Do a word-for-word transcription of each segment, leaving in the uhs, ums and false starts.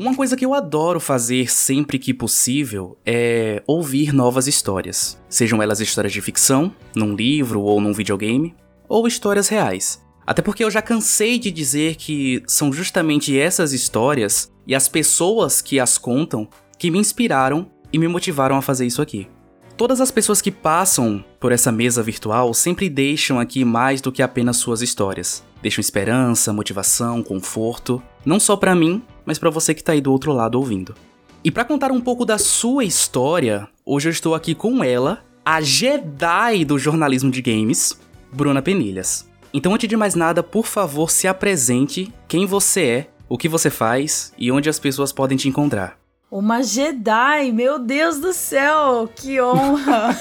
Uma coisa que eu adoro fazer sempre que possível é ouvir novas histórias. Sejam elas histórias de ficção, num livro ou num videogame, ou histórias reais. Até porque eu já cansei de dizer que são justamente essas histórias e as pessoas que as contam que me inspiraram e me motivaram a fazer isso aqui. Todas as pessoas que passam por essa mesa virtual sempre deixam aqui mais do que apenas suas histórias. Deixam esperança, motivação, conforto, não só pra mim, mas pra você que tá aí do outro lado ouvindo. E pra contar um pouco da sua história, hoje eu estou aqui com ela, a Jedi do jornalismo de games, Bruna Penilhas. Então, antes de mais nada, por favor, se apresente, quem você é, o que você faz e onde as pessoas podem te encontrar. Uma Jedi, meu Deus do céu, que honra!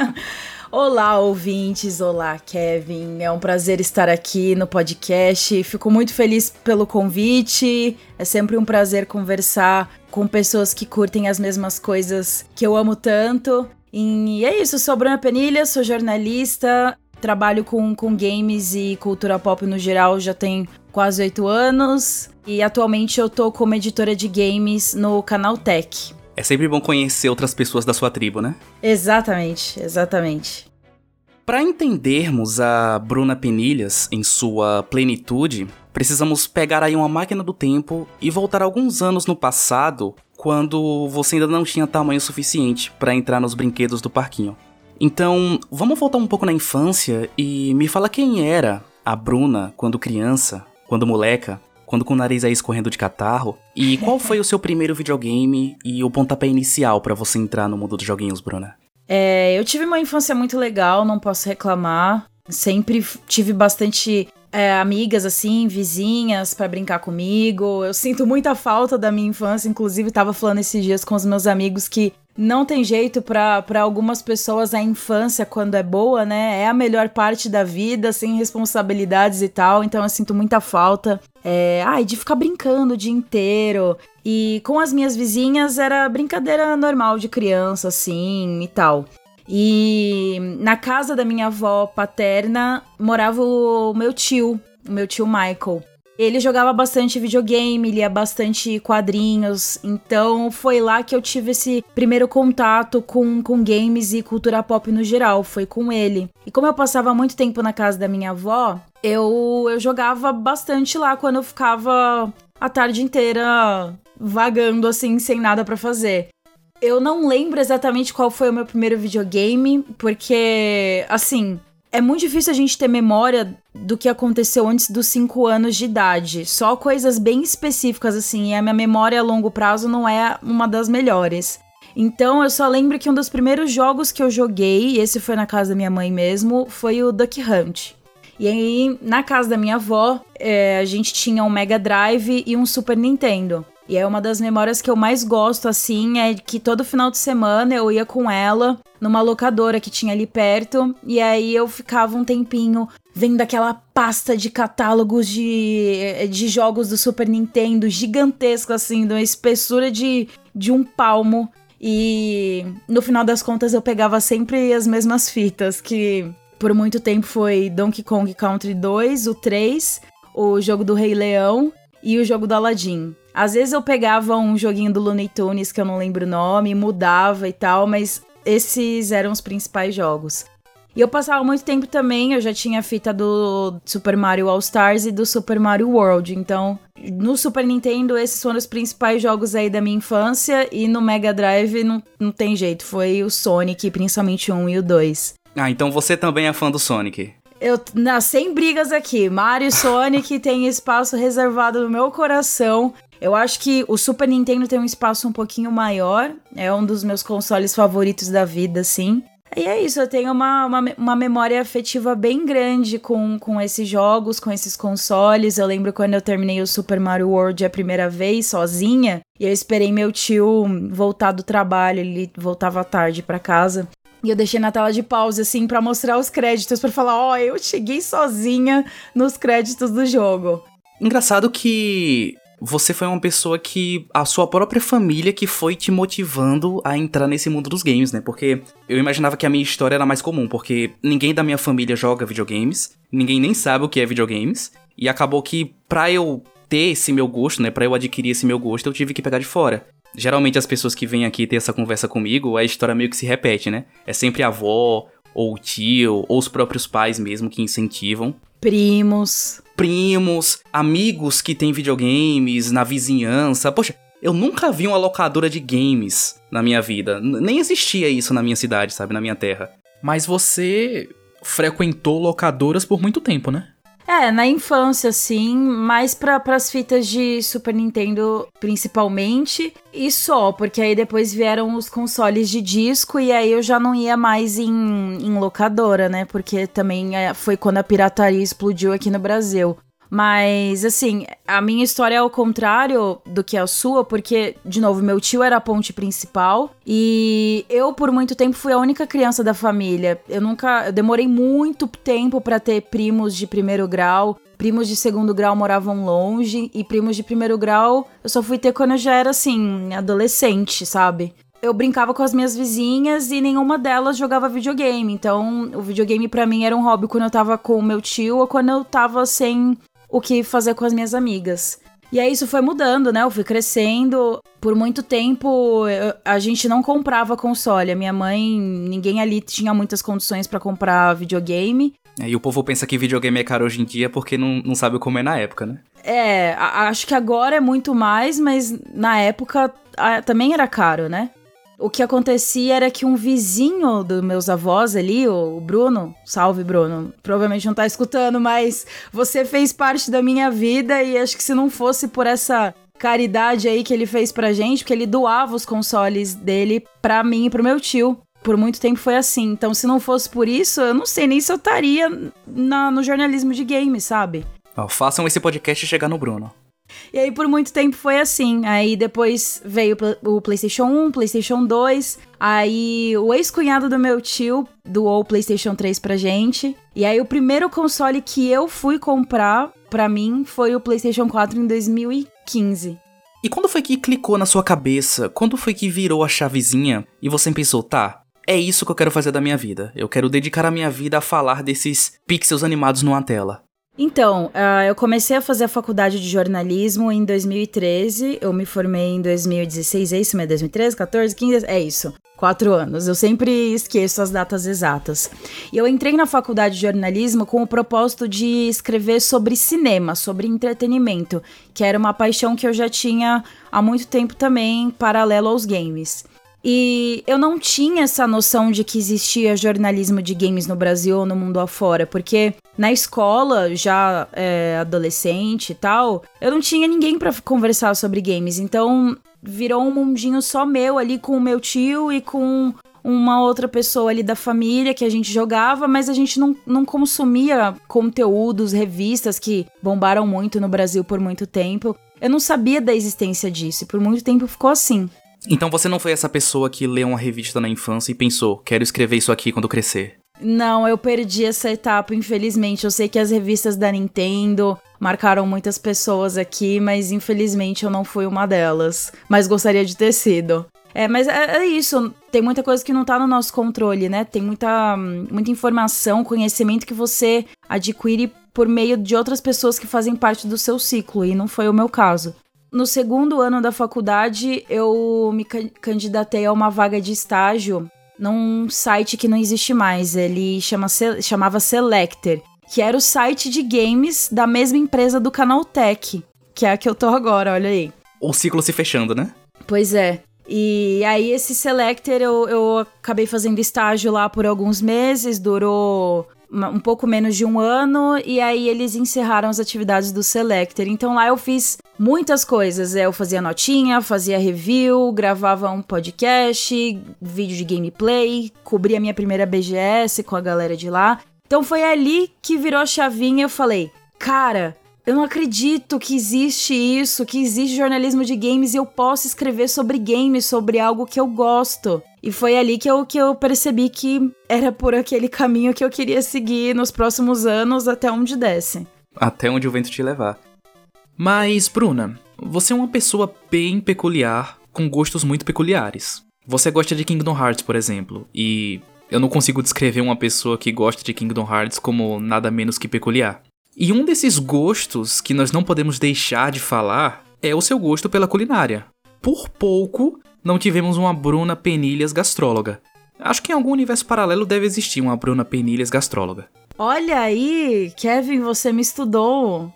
Olá, ouvintes, olá, Kevin, é um prazer estar aqui no podcast, fico muito feliz pelo convite, é sempre um prazer conversar com pessoas que curtem as mesmas coisas que eu amo tanto, e é isso, sou Bruna Penilhas, sou jornalista, trabalho com, com games e cultura pop no geral já tem quase oito anos, e atualmente eu tô como editora de games no Canal Tech. É sempre bom conhecer outras pessoas da sua tribo, né? Exatamente, exatamente. Para entendermos a Bruna Penilhas em sua plenitude, precisamos pegar aí uma máquina do tempo e voltar alguns anos no passado, quando você ainda não tinha tamanho suficiente para entrar nos brinquedos do parquinho. Então, vamos voltar um pouco na infância e me fala quem era a Bruna quando criança, quando moleca, quando com o nariz aí escorrendo de catarro, e qual foi o seu primeiro videogame e o pontapé inicial para você entrar no mundo dos joguinhos, Bruna? É, eu tive uma infância muito legal, não posso reclamar. Sempre tive bastante é, amigas, assim, vizinhas pra brincar comigo. Eu sinto muita falta da minha infância, inclusive tava falando esses dias com os meus amigos que não tem jeito pra, pra algumas pessoas a infância, quando é boa, né? É a melhor parte da vida, sem responsabilidades e tal, então eu sinto muita falta. É, ai, de ficar brincando o dia inteiro. E com as minhas vizinhas era brincadeira normal de criança, assim, e tal. E na casa da minha avó paterna morava o meu tio, o meu tio Michael. Ele jogava bastante videogame, lia bastante quadrinhos, então foi lá que eu tive esse primeiro contato com, com games e cultura pop no geral, foi com ele. E como eu passava muito tempo na casa da minha avó, eu, eu jogava bastante lá quando eu ficava a tarde inteira vagando assim, sem nada pra fazer. Eu não lembro exatamente qual foi o meu primeiro videogame, porque, assim, é muito difícil a gente ter memória do que aconteceu antes dos cinco anos de idade. Só coisas bem específicas, assim, e a minha memória a longo prazo não é uma das melhores. Então, eu só lembro que um dos primeiros jogos que eu joguei, e esse foi na casa da minha mãe mesmo, foi o Duck Hunt. E aí, na casa da minha avó, é, a gente tinha um Mega Drive e um Super Nintendo. E é uma das memórias que eu mais gosto, assim, é que todo final de semana eu ia com ela numa locadora que tinha ali perto, e aí eu ficava um tempinho vendo aquela pasta de catálogos de, de jogos do Super Nintendo gigantesco, assim, de uma espessura de, de um palmo, e no final das contas eu pegava sempre as mesmas fitas, que por muito tempo foi Donkey Kong Country dois, o três, o jogo do Rei Leão e o jogo do Aladdin. Às vezes eu pegava um joguinho do Looney Tunes, que eu não lembro o nome, mudava e tal, mas esses eram os principais jogos. E eu passava muito tempo também, eu já tinha a fita do Super Mario All-Stars e do Super Mario World, então no Super Nintendo esses foram os principais jogos aí da minha infância, e no Mega Drive não, não tem jeito, foi o Sonic, principalmente o um e o dois. Ah, então você também é fã do Sonic. Eu, não, sem brigas aqui, Mario e Sonic tem espaço reservado no meu coração. Eu acho que o Super Nintendo tem um espaço um pouquinho maior, é um dos meus consoles favoritos da vida, assim. E é isso, eu tenho uma, uma, uma memória afetiva bem grande com, com esses jogos, com esses consoles. Eu lembro quando eu terminei o Super Mario World a primeira vez, sozinha, e eu esperei meu tio voltar do trabalho, ele voltava tarde pra casa. E eu deixei na tela de pause, assim, pra mostrar os créditos, pra falar, ó, oh, eu cheguei sozinha nos créditos do jogo. Engraçado que você foi uma pessoa que a sua própria família que foi te motivando a entrar nesse mundo dos games, né? Porque eu imaginava que a minha história era mais comum, porque ninguém da minha família joga videogames, ninguém nem sabe o que é videogames, e acabou que pra eu ter esse meu gosto, né, pra eu adquirir esse meu gosto, eu tive que pegar de fora. Geralmente as pessoas que vêm aqui ter essa conversa comigo, a história meio que se repete, né? É sempre a avó, ou o tio, ou os próprios pais mesmo que incentivam. Primos. Primos, amigos que têm videogames na vizinhança. Poxa, eu nunca vi uma locadora de games na minha vida. N- nem existia isso na minha cidade, sabe? Na minha terra. Mas você frequentou locadoras por muito tempo, né? É, na infância, sim, mais pra, pras fitas de Super Nintendo, principalmente, e só, porque aí depois vieram os consoles de disco, e aí eu já não ia mais em, em locadora, né, porque também é, foi quando a pirataria explodiu aqui no Brasil. Mas, assim, a minha história é ao contrário do que a sua, porque, de novo, meu tio era a ponte principal e eu, por muito tempo, fui a única criança da família. Eu nunca... Eu demorei muito tempo pra ter primos de primeiro grau. Primos de segundo grau moravam longe e primos de primeiro grau eu só fui ter quando eu já era, assim, adolescente, sabe? Eu brincava com as minhas vizinhas e nenhuma delas jogava videogame. Então, o videogame pra mim era um hobby quando eu tava com o meu tio ou quando eu tava sem o que fazer com as minhas amigas. E aí isso foi mudando, né? Eu fui crescendo. Por muito tempo, eu, a gente não comprava console. A minha mãe, ninguém ali tinha muitas condições pra comprar videogame. É, e o povo pensa que videogame é caro hoje em dia porque não, não sabe como é na época, né? É, a, acho que agora é muito mais, mas na época a, também era caro, né? O que acontecia era que um vizinho dos meus avós ali, o Bruno, salve Bruno, provavelmente não tá escutando, mas você fez parte da minha vida e acho que se não fosse por essa caridade aí que ele fez pra gente, porque ele doava os consoles dele pra mim e pro meu tio. Por muito tempo foi assim, então se não fosse por isso, eu não sei nem se eu estaria na, no jornalismo de games, sabe? Ó, façam esse podcast chegar no Bruno. E aí, por muito tempo foi assim. Aí, depois veio o PlayStation um, PlayStation dois. Aí, o ex-cunhado do meu tio doou o PlayStation três pra gente. E aí, o primeiro console que eu fui comprar, pra mim, foi o PlayStation quatro em dois mil e quinze. E quando foi que clicou na sua cabeça? Quando foi que virou a chavezinha e você pensou, tá, é isso que eu quero fazer da minha vida. Eu quero dedicar a minha vida a falar desses pixels animados numa tela. Então, uh, eu comecei a fazer a faculdade de jornalismo em dois mil e treze, eu me formei em dois mil e dezesseis, é isso mesmo? dois mil e treze, quatorze, quinze, é isso, quatro anos, eu sempre esqueço as datas exatas. E eu entrei na faculdade de jornalismo com o propósito de escrever sobre cinema, sobre entretenimento, que era uma paixão que eu já tinha há muito tempo também, paralelo aos games. E eu não tinha essa noção de que existia jornalismo de games no Brasil ou no mundo afora, porque na escola, já é, adolescente e tal, eu não tinha ninguém pra conversar sobre games, então virou um mundinho só meu ali com o meu tio e com uma outra pessoa ali da família que a gente jogava, mas a gente não, não consumia conteúdos, revistas que bombaram muito no Brasil por muito tempo. Eu não sabia da existência disso e por muito tempo ficou assim. Então você não foi essa pessoa que leu uma revista na infância e pensou, quero escrever isso aqui quando crescer? Não, eu perdi essa etapa, infelizmente. Eu sei que as revistas da Nintendo marcaram muitas pessoas aqui, mas infelizmente eu não fui uma delas. Mas gostaria de ter sido. É, mas é, é isso, tem muita coisa que não tá no nosso controle, né? Tem muita, muita informação, conhecimento que você adquire por meio de outras pessoas que fazem parte do seu ciclo, e não foi o meu caso. No segundo ano da faculdade, eu me candidatei a uma vaga de estágio num site que não existe mais. Ele chama, chamava Selector, que era o site de games da mesma empresa do Canaltech, que é a que eu tô agora, olha aí. O ciclo se fechando, né? Pois é. E aí esse Selector, eu, eu acabei fazendo estágio lá por alguns meses, durou um pouco menos de um ano, e aí eles encerraram as atividades do Selector. Então lá eu fiz muitas coisas, eu fazia notinha, fazia review, gravava um podcast, vídeo de gameplay, cobria a minha primeira B G S com a galera de lá. Então foi ali que virou a chavinha e eu falei, cara, eu não acredito que existe isso, que existe jornalismo de games e eu posso escrever sobre games, sobre algo que eu gosto. E foi ali que eu, que eu percebi que era por aquele caminho que eu queria seguir nos próximos anos até onde desse. Até onde o vento te levar. Mas, Bruna, você é uma pessoa bem peculiar, com gostos muito peculiares. Você gosta de Kingdom Hearts, por exemplo, e eu não consigo descrever uma pessoa que gosta de Kingdom Hearts como nada menos que peculiar. E um desses gostos que nós não podemos deixar de falar é o seu gosto pela culinária. Por pouco, não tivemos uma Bruna Penilhas gastróloga. Acho que em algum universo paralelo deve existir uma Bruna Penilhas gastróloga. Olha aí, Kevin, você me estudou.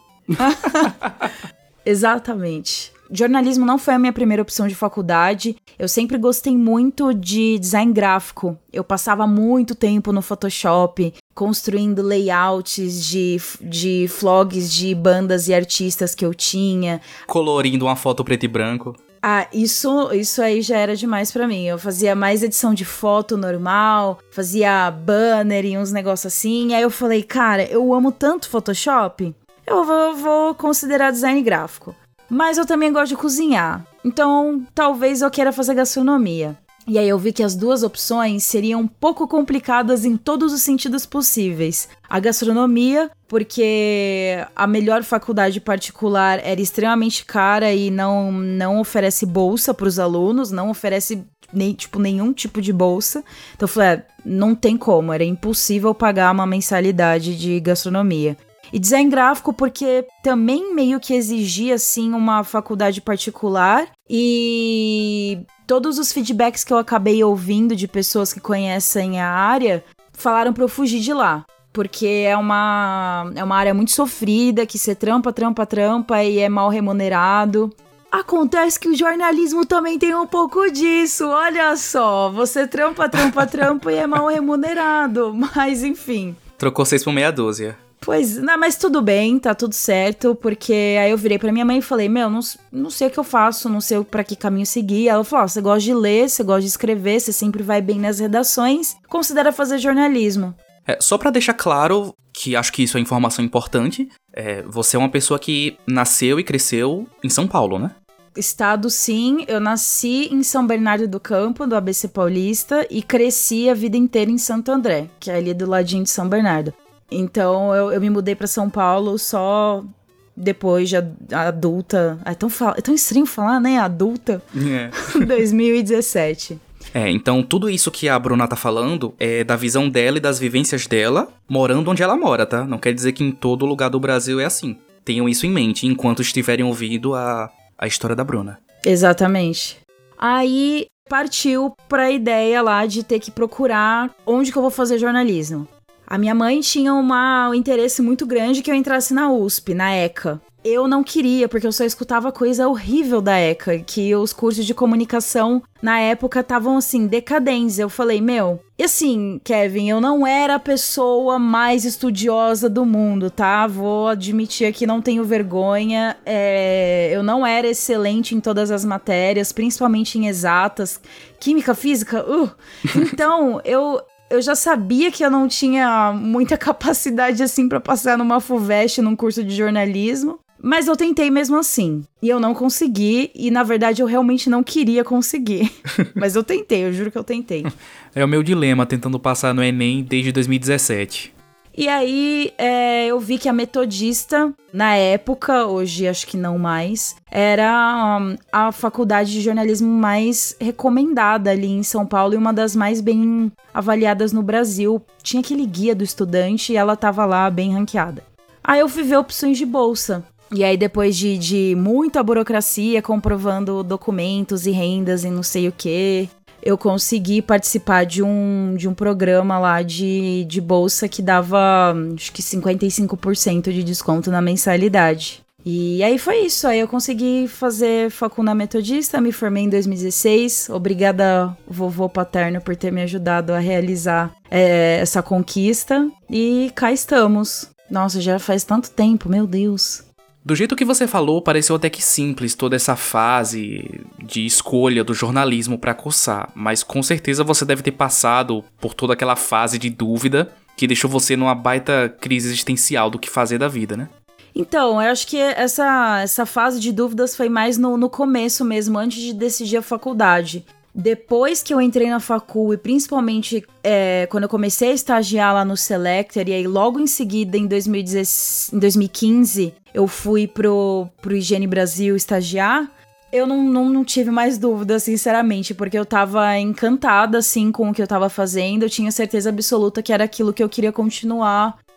Exatamente. Jornalismo não foi a minha primeira opção de faculdade. Eu sempre gostei muito de design gráfico. Eu passava muito tempo no Photoshop, construindo layouts de, de vlogs de bandas e artistas que eu tinha. Colorindo uma foto preto e branco. Ah, isso, isso aí já era demais pra mim. Eu fazia mais edição de foto normal, fazia banner e uns negócios assim. Aí eu falei, cara, eu amo tanto Photoshop, eu vou, vou considerar design gráfico. Mas eu também gosto de cozinhar, então talvez eu queira fazer gastronomia. E aí eu vi que as duas opções seriam um pouco complicadas em todos os sentidos possíveis. A gastronomia, porque a melhor faculdade particular era extremamente cara e não, não oferece bolsa para os alunos, não oferece nem, tipo, nenhum tipo de bolsa. Então eu falei, é, não tem como, era impossível pagar uma mensalidade de gastronomia. E design gráfico porque também meio que exigia, assim, uma faculdade particular. E todos os feedbacks que eu acabei ouvindo de pessoas que conhecem a área falaram pra eu fugir de lá. Porque é uma, é uma área muito sofrida, que você trampa, trampa, trampa e é mal remunerado. Acontece que o jornalismo também tem um pouco disso, olha só. Você trampa, trampa, trampa e é mal remunerado. Mas, enfim. Trocou seis por meia dúzia. Pois, não, mas tudo bem, tá tudo certo, porque aí eu virei pra minha mãe e falei, meu, não, não sei o que eu faço, não sei pra que caminho seguir. Ela falou, ó, você gosta de ler, você gosta de escrever, você sempre vai bem nas redações, considera fazer jornalismo. É, só pra deixar claro, que acho que isso é informação importante, é, você é uma pessoa que nasceu e cresceu em São Paulo, né? Estado, sim, eu nasci em São Bernardo do Campo, do A B C Paulista, e cresci a vida inteira em Santo André, que é ali do ladinho de São Bernardo. Então, eu, eu me mudei pra São Paulo só depois de adulta. É tão, é tão estranho falar, né? Adulta. É. dois mil e dezessete. É, então tudo isso que a Bruna tá falando é da visão dela e das vivências dela morando onde ela mora, tá? Não quer dizer que em todo lugar do Brasil é assim. Tenham isso em mente enquanto estiverem ouvindo a, a história da Bruna. Exatamente. Aí partiu pra ideia lá de ter que procurar onde que eu vou fazer jornalismo. A minha mãe tinha uma, um interesse muito grande que eu entrasse na U S P, na ECA. Eu não queria, porque eu só escutava coisa horrível da ECA, que os cursos de comunicação na época estavam, assim, decadentes. Eu falei, meu... E assim, Kevin, eu não era a pessoa mais estudiosa do mundo, tá? Vou admitir aqui, não tenho vergonha. É, eu não era excelente em todas as matérias, principalmente em exatas. Química, física, uh! Então, eu... Eu já sabia que eu não tinha muita capacidade, assim, pra passar numa FUVEST, num curso de jornalismo. Mas eu tentei mesmo assim. E eu não consegui. E, na verdade, eu realmente não queria conseguir. Mas eu tentei, eu juro que eu tentei. É o meu dilema, tentando passar no Enem desde dois mil e dezessete. E aí, é, eu vi que a Metodista, na época, hoje acho que não mais, era um, a faculdade de jornalismo mais recomendada ali em São Paulo e uma das mais bem avaliadas no Brasil. Tinha aquele guia do estudante e ela tava lá bem ranqueada. Aí eu fui ver opções de bolsa. E aí, depois de, de muita burocracia, comprovando documentos e rendas e não sei o quê... eu consegui participar de um, de um programa lá de, de bolsa que dava, acho que cinquenta e cinco por cento de desconto na mensalidade. E aí foi isso, aí eu consegui fazer facul na Metodista, me formei em dois mil e dezesseis. Obrigada, vovô paterno, por ter me ajudado a realizar é, essa conquista. E cá estamos. Nossa, já faz tanto tempo, meu Deus. Do jeito que você falou, pareceu até que simples toda essa fase de escolha do jornalismo pra cursar, mas com certeza você deve ter passado por toda aquela fase de dúvida que deixou você numa baita crise existencial do que fazer da vida, né? Então, eu acho que essa, essa fase de dúvidas foi mais no, no começo mesmo, antes de decidir a faculdade. Depois que eu entrei na facul e principalmente é, quando eu comecei a estagiar lá no Selector, e aí logo em seguida, em, dois mil e dezesseis, em dois mil e quinze, eu fui pro, pro Higiene Brasil estagiar, eu não, não, não tive mais dúvidas, sinceramente, porque eu tava encantada, assim, com o que eu tava fazendo, eu tinha certeza absoluta que era aquilo que eu queria continuar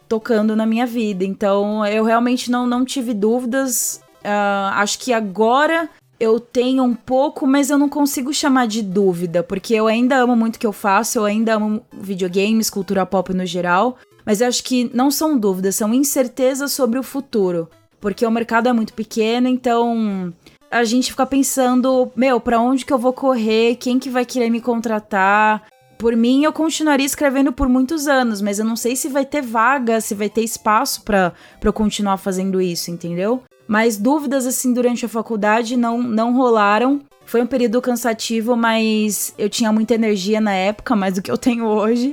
tocando na minha vida. Então, eu realmente não, não tive dúvidas. Uh, acho que agora eu tenho um pouco, mas eu não consigo chamar de dúvida, porque eu ainda amo muito o que eu faço, eu ainda amo videogames, cultura pop no geral, mas eu acho que não são dúvidas, são incertezas sobre o futuro, porque o mercado é muito pequeno, então a gente fica pensando, meu, pra onde que eu vou correr, quem que vai querer me contratar? Por mim, eu continuaria escrevendo por muitos anos, mas eu não sei se vai ter vaga, se vai ter espaço pra, pra eu continuar fazendo isso, entendeu? Mas dúvidas, assim, durante a faculdade não, não rolaram. Foi um período cansativo, mas eu tinha muita energia na época, mais do que eu tenho hoje.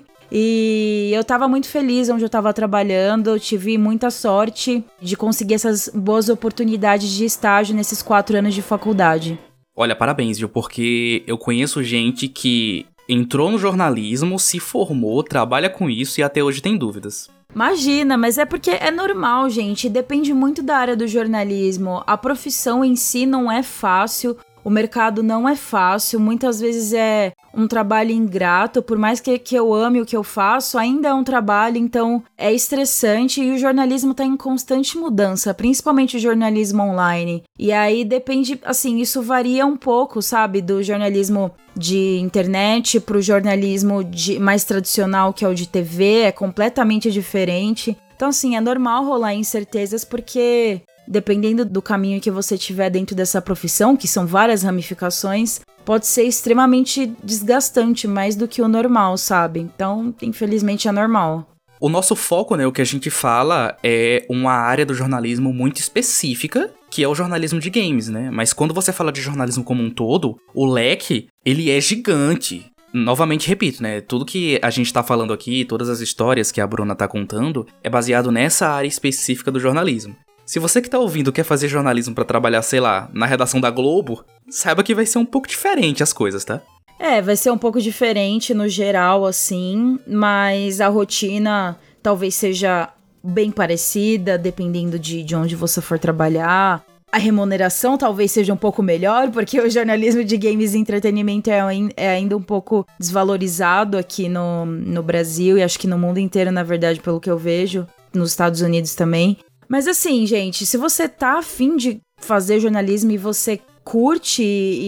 E eu tava muito feliz onde eu tava trabalhando, eu tive muita sorte de conseguir essas boas oportunidades de estágio nesses quatro anos de faculdade. Olha, parabéns, viu? Porque eu conheço gente que entrou no jornalismo, se formou, trabalha com isso e até hoje tem dúvidas. Imagina, mas é porque é normal, gente. Depende muito da área do jornalismo. A profissão em si não é fácil. O mercado não é fácil, muitas vezes é um trabalho ingrato, por mais que, que eu ame o que eu faço, ainda é um trabalho, então é estressante e o jornalismo está em constante mudança, principalmente o jornalismo online. E aí depende, assim, isso varia um pouco, sabe, do jornalismo de internet para o jornalismo de, mais tradicional, que é o de T V, é completamente diferente. Então, assim, é normal rolar incertezas porque dependendo do caminho que você tiver dentro dessa profissão, que são várias ramificações, pode ser extremamente desgastante, mais do que o normal, sabe? Então, infelizmente, é normal. O nosso foco, né, o que a gente fala é uma área do jornalismo muito específica, que é o jornalismo de games, né? Mas quando você fala de jornalismo como um todo, o leque, ele é gigante. Novamente, repito, né? Tudo que a gente tá falando aqui, todas as histórias que a Bruna tá contando, é baseado nessa área específica do jornalismo. Se você que tá ouvindo quer fazer jornalismo pra trabalhar, sei lá, na redação da Globo, saiba que vai ser um pouco diferente as coisas, tá? É, vai ser um pouco diferente no geral, assim, mas a rotina talvez seja bem parecida, dependendo de, de onde você for trabalhar. A remuneração talvez seja um pouco melhor, porque o jornalismo de games e entretenimento é, é ainda um pouco desvalorizado aqui no, no Brasil, e acho que no mundo inteiro, na verdade, pelo que eu vejo, nos Estados Unidos também. Mas assim, gente, se você tá afim de fazer jornalismo e você curte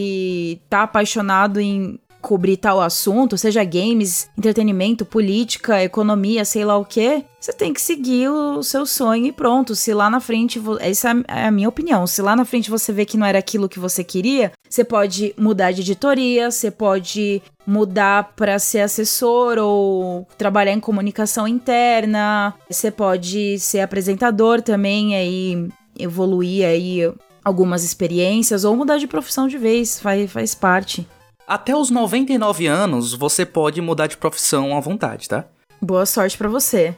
e tá apaixonado em cobrir tal assunto, seja games, entretenimento, política, economia, sei lá o quê, você tem que seguir o seu sonho e pronto. Se lá na frente, essa é a minha opinião, se lá na frente você vê que não era aquilo que você queria, você pode mudar de editoria, você pode mudar para ser assessor ou trabalhar em comunicação interna, você pode ser apresentador também, aí evoluir aí algumas experiências ou mudar de profissão de vez, faz, faz parte. Até os noventa e nove anos, você pode mudar de profissão à vontade, tá? Boa sorte pra você.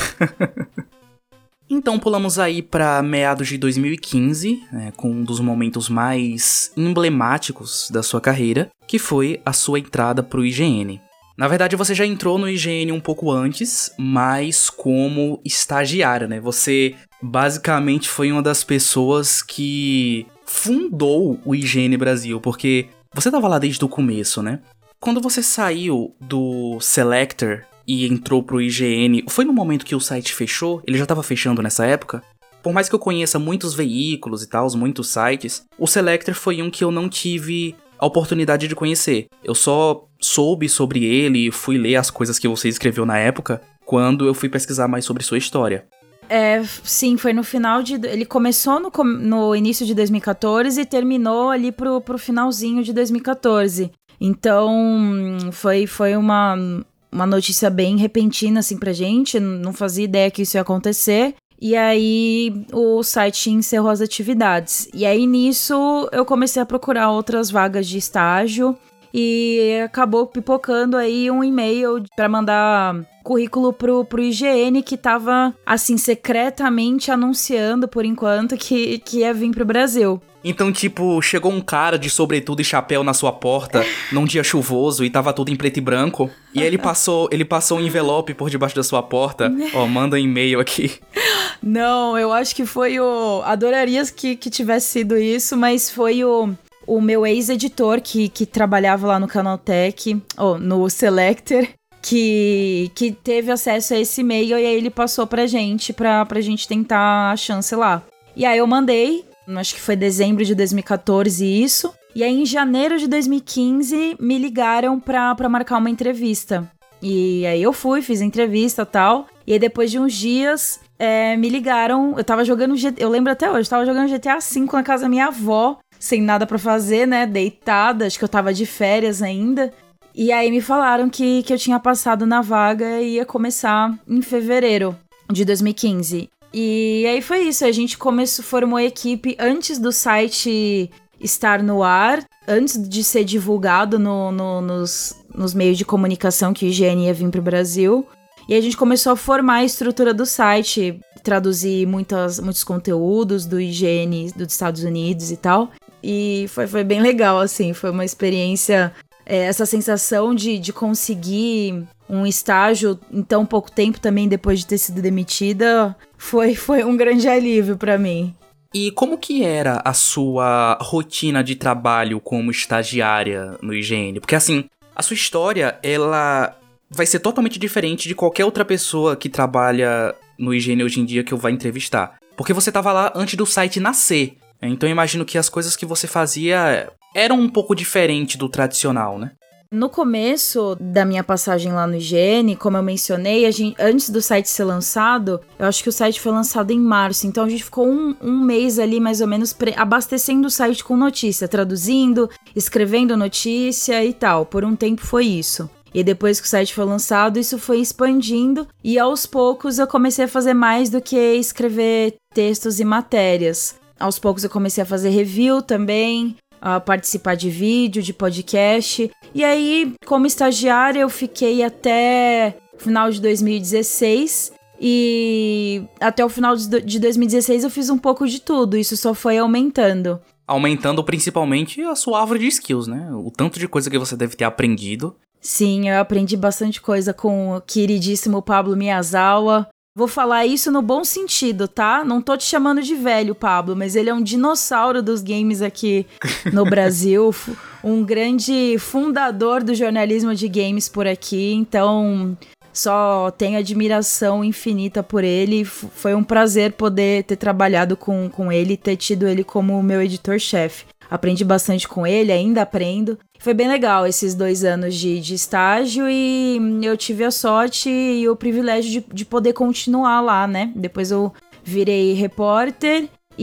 Então pulamos aí pra meados de dois mil e quinze, né, com um dos momentos mais emblemáticos da sua carreira, que foi a sua entrada pro I G N. Na verdade, você já entrou no I G N um pouco antes, mas como estagiária, né? Você basicamente foi uma das pessoas que fundou o I G N Brasil, porque você tava lá desde o começo, né? Quando você saiu do Selector e entrou pro I G N, foi no momento que o site fechou? Ele já tava fechando nessa época? Por mais que eu conheça muitos veículos e tal, muitos sites, o Selector foi um que eu não tive a oportunidade de conhecer. Eu só soube sobre ele e fui ler as coisas que você escreveu na época quando eu fui pesquisar mais sobre sua história. É, sim, foi no final de... Ele começou no, no início de dois mil e catorze e terminou ali pro, pro finalzinho de dois mil e catorze. Então, foi, foi uma, uma notícia bem repentina, assim, pra gente. Não fazia ideia que isso ia acontecer. E aí, o site encerrou as atividades. E aí, nisso, eu comecei a procurar outras vagas de estágio. E acabou pipocando aí um e-mail pra mandar currículo pro, pro I G N, que tava, assim, secretamente anunciando, por enquanto, que, que ia vir pro Brasil. Então, tipo, chegou um cara de sobretudo e chapéu na sua porta num dia chuvoso e tava tudo em preto e branco. E aí ele passou, ele passou um envelope por debaixo da sua porta. Ó, manda um e-mail aqui. Não, eu acho que foi o... Adoraria que, que tivesse sido isso, mas foi o... O meu ex-editor, que, que trabalhava lá no Canaltech, ou no Selector, que, que teve acesso a esse e-mail e aí ele passou pra gente, pra, pra gente tentar a chance lá. E aí eu mandei, acho que foi dezembro de dois mil e catorze isso, e aí em janeiro de dois mil e quinze me ligaram pra, pra marcar uma entrevista. E aí eu fui, fiz a entrevista e tal, e aí depois de uns dias é, me ligaram, eu tava jogando, G T A, eu lembro até hoje, eu tava jogando G T A cinco na casa da minha avó, sem nada pra fazer, né, deitada, acho que eu tava de férias ainda. E aí me falaram que, que eu tinha passado na vaga e ia começar em fevereiro de dois mil e quinze. E aí foi isso, a gente começou, formou a equipe antes do site estar no ar, antes de ser divulgado no, no, nos, nos meios de comunicação que o I G N ia vir pro Brasil. E a gente começou a formar a estrutura do site, traduzir muitas, muitos conteúdos do I G N dos Estados Unidos e tal. E foi, foi bem legal, assim, foi uma experiência... É, essa sensação de, de conseguir um estágio em tão pouco tempo também, depois de ter sido demitida, foi, foi um grande alívio pra mim. E como que era a sua rotina de trabalho como estagiária no I G N? Porque assim, a sua história, ela vai ser totalmente diferente de qualquer outra pessoa que trabalha no I G N hoje em dia que eu vá entrevistar. Porque você tava lá antes do site nascer. Então eu imagino que as coisas que você fazia eram um pouco diferente do tradicional, né? No começo da minha passagem lá no I G N, como eu mencionei, a gente, antes do site ser lançado, eu acho que o site foi lançado em março, então a gente ficou um, um mês ali mais ou menos pre- abastecendo o site com notícia, traduzindo, escrevendo notícia e tal. Por um tempo foi isso. E depois que o site foi lançado, isso foi expandindo e aos poucos eu comecei a fazer mais do que escrever textos e matérias. Aos poucos eu comecei a fazer review também, a participar de vídeo, de podcast. E aí, como estagiária, eu fiquei até o final de dois mil e dezesseis. E até o final de dois mil e dezesseis eu fiz um pouco de tudo. Isso só foi aumentando. Aumentando principalmente a sua árvore de skills, né? O tanto de coisa que você deve ter aprendido. Sim, eu aprendi bastante coisa com o queridíssimo Pablo Miyazawa. Vou falar isso no bom sentido, tá? Não tô te chamando de velho, Pablo, mas ele é um dinossauro dos games aqui no Brasil, um grande fundador do jornalismo de games por aqui, então só tenho admiração infinita por ele. Foi um prazer poder ter trabalhado com, com ele e ter tido ele como meu editor-chefe. Aprendi bastante com ele, ainda aprendo. Foi bem legal esses dois anos de, de estágio e eu tive a sorte e o privilégio de, de poder continuar lá, né? Depois eu virei repórter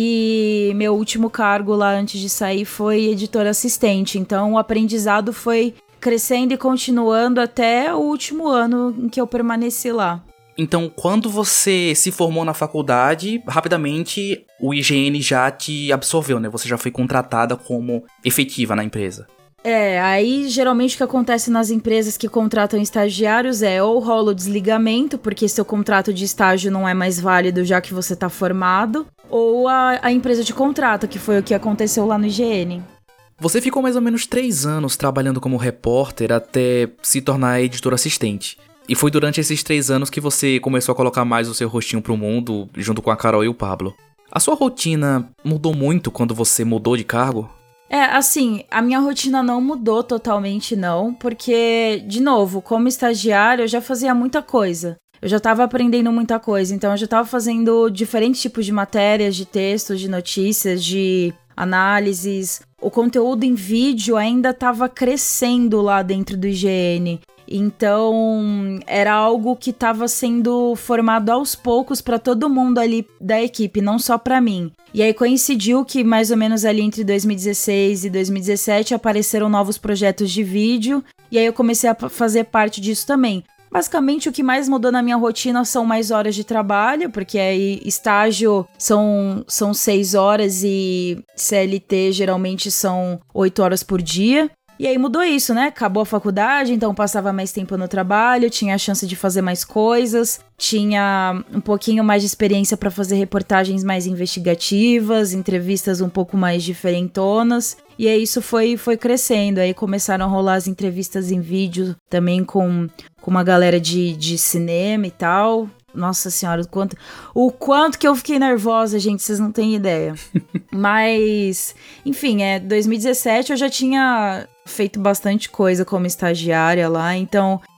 e meu último cargo lá antes de sair foi editor assistente. Então o aprendizado foi crescendo e continuando até o último ano em que eu permaneci lá. Então, quando você se formou na faculdade, rapidamente o I G N já te absorveu, né? Você já foi contratada como efetiva na empresa. É, aí geralmente o que acontece nas empresas que contratam estagiários é ou rola o desligamento, porque seu contrato de estágio não é mais válido já que você tá formado, ou a, a empresa te contrata, que foi o que aconteceu lá no I G N. Você ficou mais ou menos três anos trabalhando como repórter até se tornar editor assistente. E foi durante esses três anos que você começou a colocar mais o seu rostinho pro mundo, junto com a Carol e o Pablo. A sua rotina mudou muito quando você mudou de cargo? É, assim, a minha rotina não mudou totalmente não, porque, de novo, como estagiária eu já fazia muita coisa. Eu já tava aprendendo muita coisa, então eu já tava fazendo diferentes tipos de matérias, de textos, de notícias, de análises. O conteúdo em vídeo ainda tava crescendo lá dentro do I G N. Então, era algo que estava sendo formado aos poucos para todo mundo ali da equipe, não só para mim. E aí coincidiu que mais ou menos ali entre dois mil e dezesseis e dois mil e dezessete apareceram novos projetos de vídeo, e aí eu comecei a fazer parte disso também. Basicamente, o que mais mudou na minha rotina são mais horas de trabalho, porque aí estágio são, são seis horas e C L T geralmente são oito horas por dia. E aí mudou isso, né? Acabou a faculdade, então passava mais tempo no trabalho, tinha a chance de fazer mais coisas, tinha um pouquinho mais de experiência para fazer reportagens mais investigativas, entrevistas um pouco mais diferentonas. E aí isso foi, foi crescendo, aí começaram a rolar as entrevistas em vídeo também com, com uma galera de, de cinema e tal. Nossa senhora, o quanto, o quanto que eu fiquei nervosa, gente, vocês não têm ideia. Mas, enfim, é, dois mil e dezessete eu já tinha feito bastante coisa como estagiária lá, então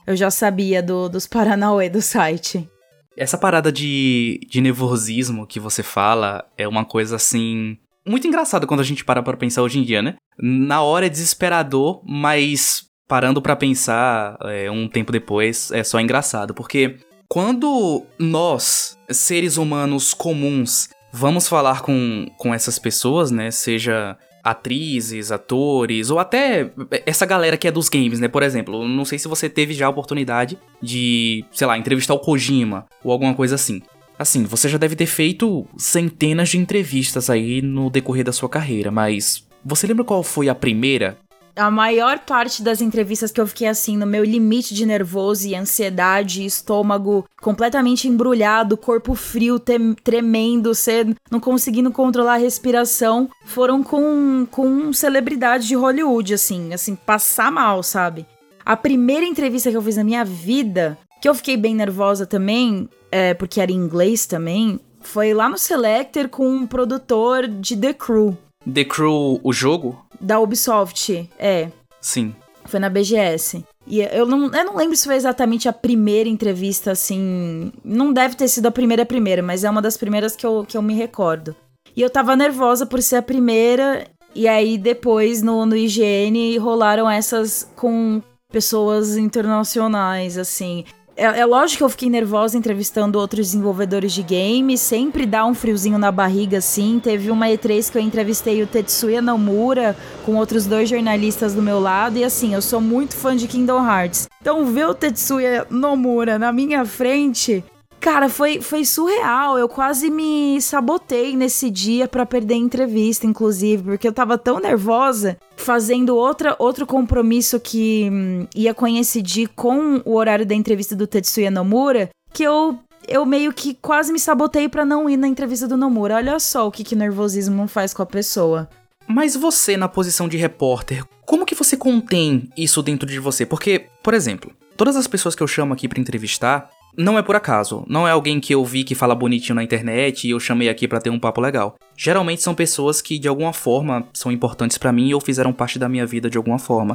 eu já sabia do, dos paranauê do site. Essa parada de, de nervosismo que você fala é uma coisa, assim, muito engraçada quando a gente para pra pensar hoje em dia, né? Na hora é desesperador, mas parando pra pensar é, um tempo depois é só engraçado. Porque quando nós, seres humanos comuns, vamos falar com, com essas pessoas, né? Seja atrizes, atores, ou até essa galera que é dos games, né? Por exemplo, não sei se você teve já a oportunidade de, sei lá, entrevistar o Kojima ou alguma coisa assim. Assim, você já deve ter feito centenas de entrevistas aí no decorrer da sua carreira, mas você lembra qual foi a primeira? A maior parte das entrevistas que eu fiquei assim, no meu limite de nervoso e ansiedade, estômago completamente embrulhado, corpo frio, te- tremendo, cê não conseguindo controlar a respiração, foram com, com celebridade de Hollywood, assim, assim, passar mal, sabe? A primeira entrevista que eu fiz na minha vida, que eu fiquei bem nervosa também, é, porque era em inglês também, foi lá no Selector com um produtor de The Crew. The Crew, o jogo? Da Ubisoft, é. Sim. Foi na B G S. E eu não, eu não lembro se foi exatamente a primeira entrevista, assim... Não deve ter sido a primeira primeira, mas é uma das primeiras que eu, que eu me recordo. E eu tava nervosa por ser a primeira, e aí depois no, no I G N rolaram essas com pessoas internacionais, assim... É, é lógico que eu fiquei nervosa entrevistando outros desenvolvedores de games, sempre dá um friozinho na barriga, assim. Teve uma E três que eu entrevistei o Tetsuya Nomura com outros dois jornalistas do meu lado, e assim, eu sou muito fã de Kingdom Hearts. Então ver o Tetsuya Nomura na minha frente... Cara, foi, foi surreal, eu quase me sabotei nesse dia pra perder a entrevista, inclusive, porque eu tava tão nervosa, fazendo outra, outro compromisso que hum, ia coincidir com o horário da entrevista do Tetsuya Nomura, que eu, eu meio que quase me sabotei pra não ir na entrevista do Nomura. Olha só o que, que nervosismo não faz com a pessoa. Mas você, na posição de repórter, como que você contém isso dentro de você? Porque, por exemplo, todas as pessoas que eu chamo aqui pra entrevistar, não é por acaso, não é alguém que eu vi que fala bonitinho na internet e eu chamei aqui pra ter um papo legal. Geralmente são pessoas que de alguma forma são importantes pra mim ou fizeram parte da minha vida de alguma forma.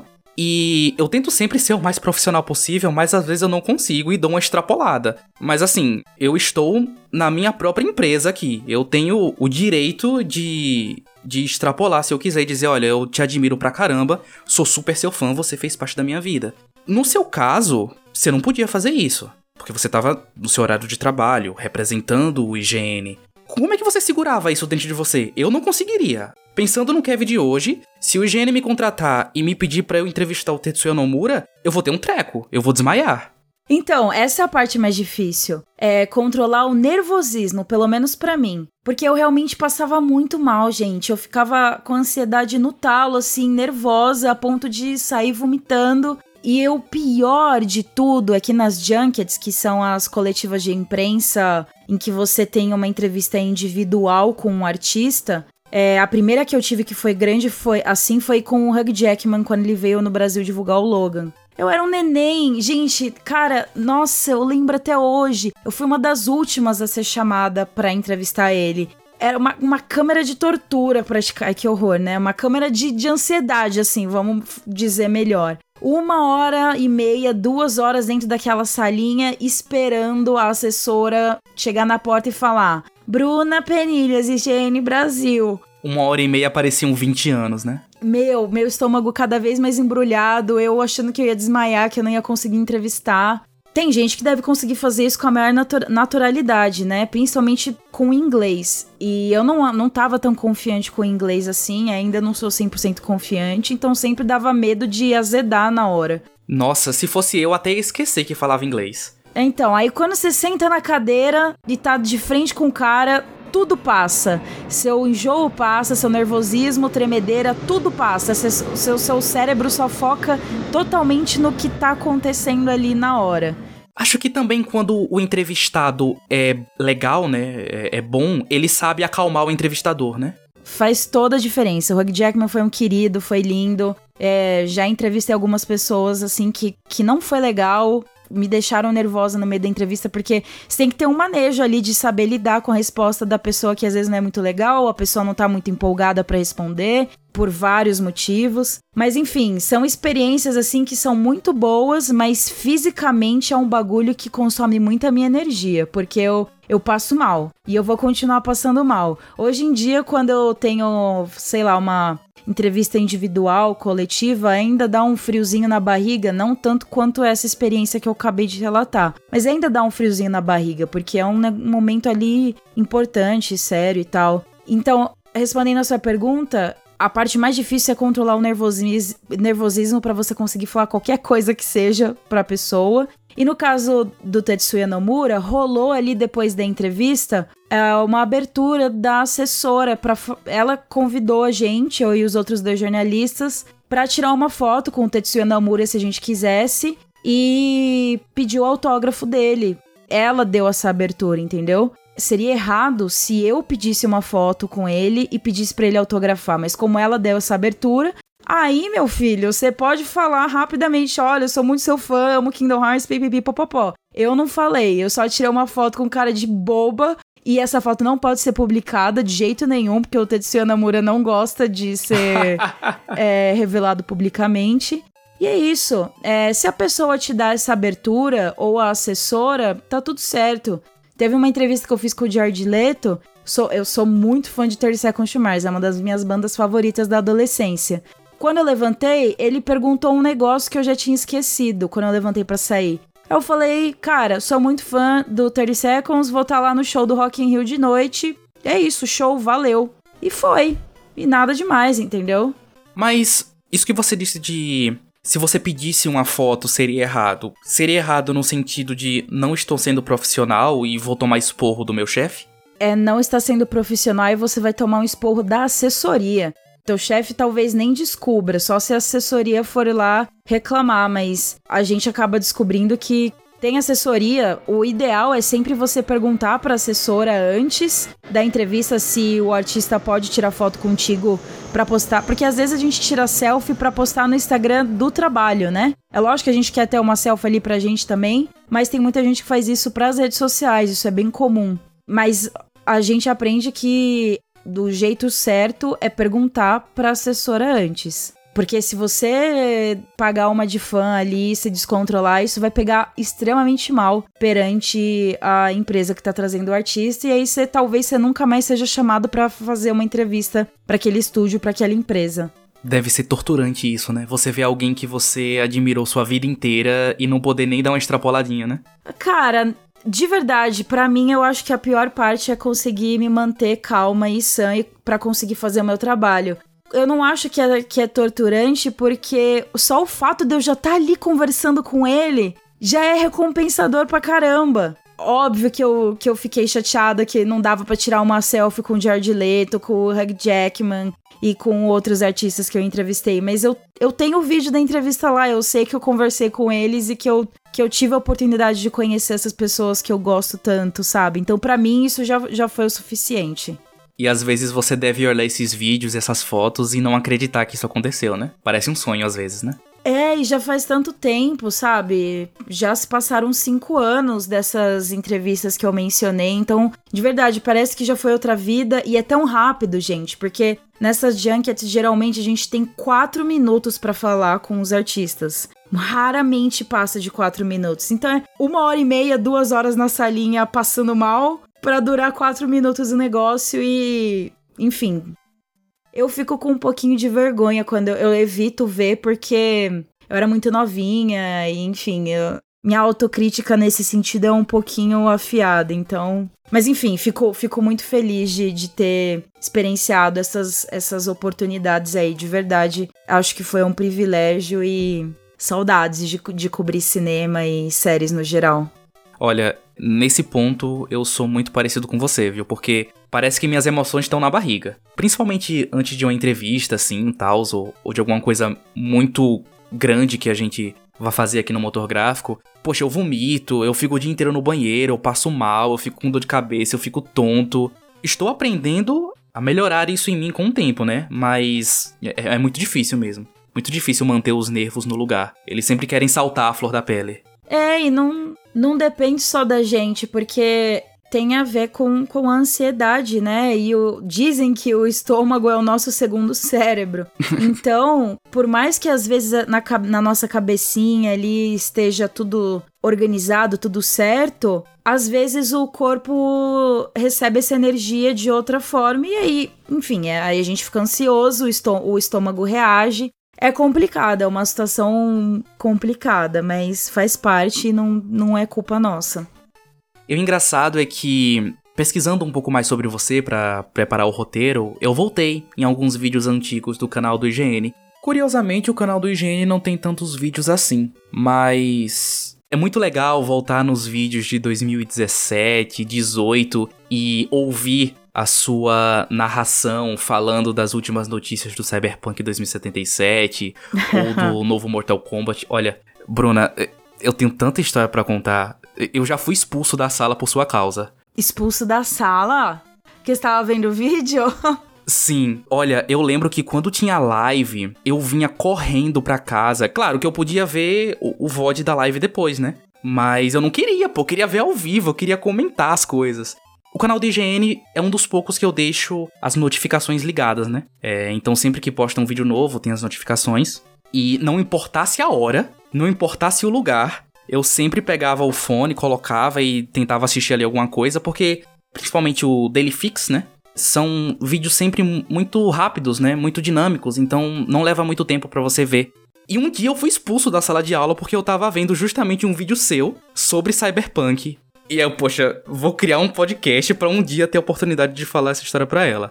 E eu tento sempre ser o mais profissional possível, mas às vezes eu não consigo e dou uma extrapolada. Mas assim, eu estou na minha própria empresa aqui, eu tenho o direito de, de extrapolar se eu quiser e dizer, olha, eu te admiro pra caramba, sou super seu fã, você fez parte da minha vida. No seu caso, você não podia fazer isso. Porque você tava no seu horário de trabalho, representando o I G N. Como é que você segurava isso dentro de você? Eu não conseguiria. Pensando no Kevin de hoje, se o I G N me contratar e me pedir pra eu entrevistar o Tetsuya Nomura, eu vou ter um treco, eu vou desmaiar. Então, essa é a parte mais difícil. É controlar o nervosismo, pelo menos pra mim. Porque eu realmente passava muito mal, gente. Eu ficava com ansiedade no talo, assim, nervosa, a ponto de sair vomitando. E o pior de tudo é que nas junkets, que são as coletivas de imprensa em que você tem uma entrevista individual com um artista, é, a primeira que eu tive que foi grande foi assim foi com o Hugh Jackman quando ele veio no Brasil divulgar o Logan. Eu era um neném, gente, cara, nossa, eu lembro até hoje. Eu fui uma das últimas a ser chamada pra entrevistar ele. Era uma, uma câmera de tortura praticamente, ai que horror, né? Uma câmera de, de ansiedade, assim, vamos dizer melhor. Uma hora e meia, duas horas dentro daquela salinha, esperando a assessora chegar na porta e falar: Bruna Penilhas, I G N Brasil. Uma hora e meia pareciam vinte anos, né? Meu, meu estômago cada vez mais embrulhado, eu achando que eu ia desmaiar, que eu não ia conseguir entrevistar. Tem gente que deve conseguir fazer isso com a maior natu- naturalidade, né? Principalmente com o inglês. E eu não, não tava tão confiante com o inglês assim, ainda não sou cem por cento confiante, então sempre dava medo de azedar na hora. Nossa, se fosse eu, até ia esquecer que falava inglês. Então, aí quando você senta na cadeira e tá de frente com o cara, tudo passa. Seu enjoo passa, seu nervosismo, tremedeira, tudo passa. Seu, seu, seu cérebro só foca totalmente no que tá acontecendo ali na hora. Acho que também quando o entrevistado é legal, né, é, é bom, ele sabe acalmar o entrevistador, né? Faz toda a diferença. O Hugh Jackman foi um querido, foi lindo. É, já entrevistei algumas pessoas, assim, que, que não foi legal. me deixaram nervosa no meio da entrevista, porque você tem que ter um manejo ali de saber lidar com a resposta da pessoa que às vezes não é muito legal, a pessoa não tá muito empolgada pra responder, por vários motivos. Mas enfim, são experiências assim que são muito boas, mas fisicamente é um bagulho que consome muito a minha energia, porque eu, eu passo mal, e eu vou continuar passando mal. Hoje em dia, quando eu tenho, sei lá, uma entrevista individual, coletiva, ainda dá um friozinho na barriga, não tanto quanto essa experiência que eu acabei de relatar, mas ainda dá um friozinho na barriga, porque é um, um momento ali importante, sério e tal. Então, respondendo a sua pergunta, a parte mais difícil é controlar o nervosismo, nervosismo para você conseguir falar qualquer coisa que seja pra pessoa. E no caso do Tetsuya Nomura, rolou ali depois da entrevista é, uma abertura da assessora. Pra, ela convidou a gente, eu e os outros dois jornalistas, para tirar uma foto com o Tetsuya Nomura se a gente quisesse e pediu o autógrafo dele. Ela deu essa abertura, entendeu? Seria errado se eu pedisse uma foto com ele e pedisse pra ele autografar, mas como ela deu essa abertura, aí, meu filho, você pode falar rapidamente, olha, eu sou muito seu fã, amo Kingdom Hearts, pipipi, popopó. Eu não falei, eu só tirei uma foto com cara de boba, e essa foto não pode ser publicada de jeito nenhum, porque o Tetsuya Nomura não gosta de ser é, revelado publicamente. E é isso, é, se a pessoa te dá essa abertura, ou a assessora, tá tudo certo. Teve uma entrevista que eu fiz com o Jared Leto, sou, eu sou muito fã de thirty Seconds to Mars, é uma das minhas bandas favoritas da adolescência. Quando eu levantei, ele perguntou um negócio que eu já tinha esquecido quando eu levantei pra sair. Eu falei, cara, sou muito fã do thirty Seconds, vou estar lá no show do Rock in Rio de noite. É isso, show, valeu. E foi. E nada demais, entendeu? Mas isso que você disse de... se você pedisse uma foto, seria errado. Seria errado no sentido de não estou sendo profissional e vou tomar esporro do meu chefe? É, não está sendo profissional e você vai tomar um esporro da assessoria. Teu chefe talvez nem descubra, só se a assessoria for lá reclamar, mas a gente acaba descobrindo que tem assessoria. O ideal é sempre você perguntar pra assessora antes da entrevista se o artista pode tirar foto contigo pra postar, porque às vezes a gente tira selfie pra postar no Instagram do trabalho, né? É lógico que a gente quer ter uma selfie ali pra gente também, mas tem muita gente que faz isso pras redes sociais, isso é bem comum. Mas a gente aprende que do jeito certo é perguntar pra assessora antes. Porque se você pagar uma de fã ali e se descontrolar, isso vai pegar extremamente mal perante a empresa que tá trazendo o artista. E aí você talvez você nunca mais seja chamado pra fazer uma entrevista pra aquele estúdio, pra aquela empresa. Deve ser torturante isso, né? Você vê alguém que você admirou sua vida inteira e não poder nem dar uma extrapoladinha, né? Cara, de verdade, pra mim eu acho que a pior parte é conseguir me manter calma e sã pra conseguir fazer o meu trabalho. Eu não acho que é, que é torturante, porque só o fato de eu já estar ali conversando com ele já é recompensador pra caramba. Óbvio que eu, que eu fiquei chateada que não dava pra tirar uma selfie com o Jared Leto, com o Hugh Jackman e com outros artistas que eu entrevistei, mas eu, eu tenho o vídeo da entrevista lá, eu sei que eu conversei com eles e que eu, que eu tive a oportunidade de conhecer essas pessoas que eu gosto tanto, sabe? Então pra mim isso já, já foi o suficiente. E às vezes você deve olhar esses vídeos, essas fotos e não acreditar que isso aconteceu, né? Parece um sonho às vezes, né? É, e já faz tanto tempo, sabe? Já se passaram cinco anos dessas entrevistas que eu mencionei, então, de verdade, parece que já foi outra vida e é tão rápido, gente, porque nessas junkets, geralmente, a gente tem quatro minutos pra falar com os artistas. Raramente passa de quatro minutos. Então é uma hora e meia, duas horas na salinha passando mal pra durar quatro minutos o negócio e... enfim... Eu fico com um pouquinho de vergonha quando eu, eu evito ver, porque eu era muito novinha, e enfim, eu, minha autocrítica nesse sentido é um pouquinho afiada, então... Mas enfim, fico, fico muito feliz de, de ter experienciado essas, essas oportunidades aí, de verdade. Acho que foi um privilégio e saudades de, de cobrir cinema e séries no geral. Olha, nesse ponto eu sou muito parecido com você, viu? Porque parece que minhas emoções estão na barriga. Principalmente antes de uma entrevista, assim, tal, ou, ou de alguma coisa muito grande que a gente vai fazer aqui no Motor Gráfico. Poxa, eu vomito, eu fico o dia inteiro no banheiro, eu passo mal, eu fico com dor de cabeça, eu fico tonto. Estou aprendendo a melhorar isso em mim com o tempo, né? Mas é, é muito difícil mesmo. Muito difícil manter os nervos no lugar. Eles sempre querem saltar a flor da pele. É, e não, não depende só da gente, porque tem a ver com, com a ansiedade, né? E o, dizem que o estômago é o nosso segundo cérebro. Então, por mais que às vezes na, na nossa cabecinha ali esteja tudo organizado, tudo certo, às vezes o corpo recebe essa energia de outra forma e aí, enfim, é, aí a gente fica ansioso, o, estô- o estômago reage. É complicado, é uma situação complicada, mas faz parte e não, não é culpa nossa. E o engraçado é que, pesquisando um pouco mais sobre você pra preparar o roteiro, eu voltei em alguns vídeos antigos do canal do I G N. Curiosamente, o canal do I G N não tem tantos vídeos assim, mas é muito legal voltar nos vídeos de dois mil e dezessete, dezoito e ouvir a sua narração falando das últimas notícias do Cyberpunk dois mil e setenta e sete ou do novo Mortal Kombat. Olha, Bruna, eu tenho tanta história pra contar. Eu já fui expulso da sala por sua causa. Expulso da sala? Porque você estava vendo o vídeo? Sim, olha, eu lembro que quando tinha live, eu vinha correndo pra casa. Claro que eu podia ver o, o V O D da live depois, né? Mas eu não queria, pô, eu queria ver ao vivo, eu queria comentar as coisas. O canal do I G N é um dos poucos que eu deixo as notificações ligadas, né? É, então sempre que posta um vídeo novo, tem as notificações. E não importasse a hora, não importasse o lugar, eu sempre pegava o fone, colocava e tentava assistir ali alguma coisa, porque, principalmente o Daily Fix, né? São vídeos sempre muito rápidos, né? Muito dinâmicos, então não leva muito tempo pra você ver. E um dia eu fui expulso da sala de aula porque eu tava vendo justamente um vídeo seu sobre Cyberpunk. E eu, poxa, vou criar um podcast pra um dia ter a oportunidade de falar essa história pra ela.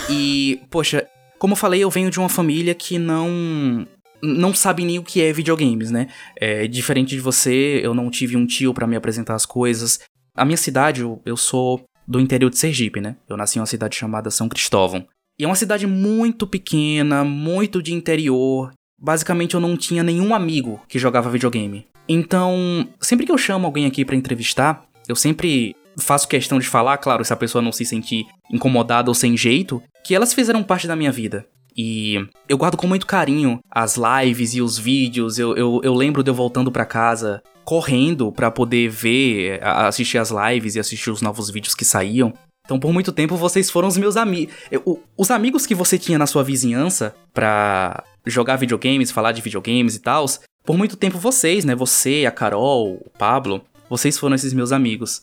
E, poxa, como eu falei, eu venho de uma família que não... não sabe nem o que é videogames, né? É, diferente de você, eu não tive um tio pra me apresentar as coisas. A minha cidade, eu, eu sou do interior de Sergipe, né? Eu nasci em uma cidade chamada São Cristóvão. E é uma cidade muito pequena, muito de interior. Basicamente, eu não tinha nenhum amigo que jogava videogame. Então, sempre que eu chamo alguém aqui pra entrevistar, eu sempre faço questão de falar, claro, se a pessoa não se sentir incomodada ou sem jeito, que elas fizeram parte da minha vida. E eu guardo com muito carinho as lives e os vídeos. Eu, eu, eu lembro de eu voltando pra casa, correndo pra poder ver, assistir as lives e assistir os novos vídeos que saíam. Então, por muito tempo, vocês foram os meus amigos. Os amigos que você tinha na sua vizinhança pra jogar videogames, falar de videogames e tal, por muito tempo vocês, né? Você, a Carol, o Pablo, vocês foram esses meus amigos.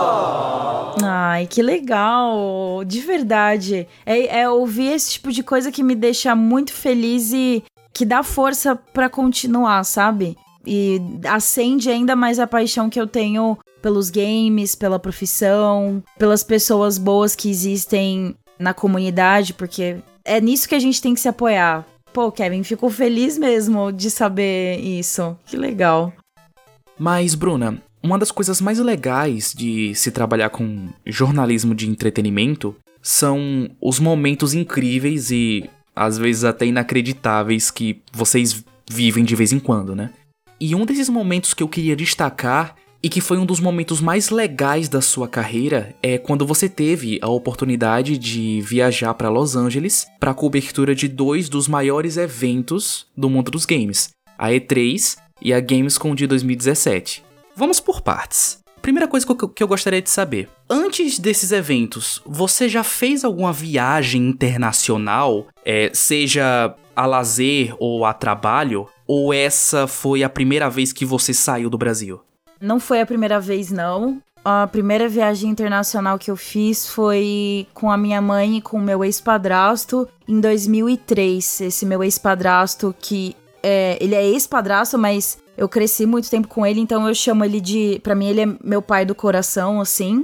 Ai, que legal, de verdade. É, é ouvir esse tipo de coisa que me deixa muito feliz e que dá força pra continuar, sabe? E acende ainda mais a paixão que eu tenho pelos games, pela profissão, pelas pessoas boas que existem na comunidade, porque é nisso que a gente tem que se apoiar. Pô, Kevin, fico feliz mesmo de saber isso. Que legal. Mas, Bruna, uma das coisas mais legais de se trabalhar com jornalismo de entretenimento são os momentos incríveis e, às vezes, até inacreditáveis que vocês vivem de vez em quando, né? E um desses momentos que eu queria destacar, e que foi um dos momentos mais legais da sua carreira, é quando você teve a oportunidade de viajar para Los Angeles para a cobertura de dois dos maiores eventos do mundo dos games, a E três e a Gamescom de dois mil e dezessete. Vamos por partes. Primeira coisa que eu gostaria de saber, antes desses eventos, você já fez alguma viagem internacional, é, seja a lazer ou a trabalho, ou essa foi a primeira vez que você saiu do Brasil? Não foi a primeira vez, não. A primeira viagem internacional que eu fiz foi com a minha mãe e com o meu ex-padrasto em dois mil e três. Esse meu ex-padrasto que... É, ele é ex-padrasto, mas eu cresci muito tempo com ele, então eu chamo ele de... Pra mim, ele é meu pai do coração, assim.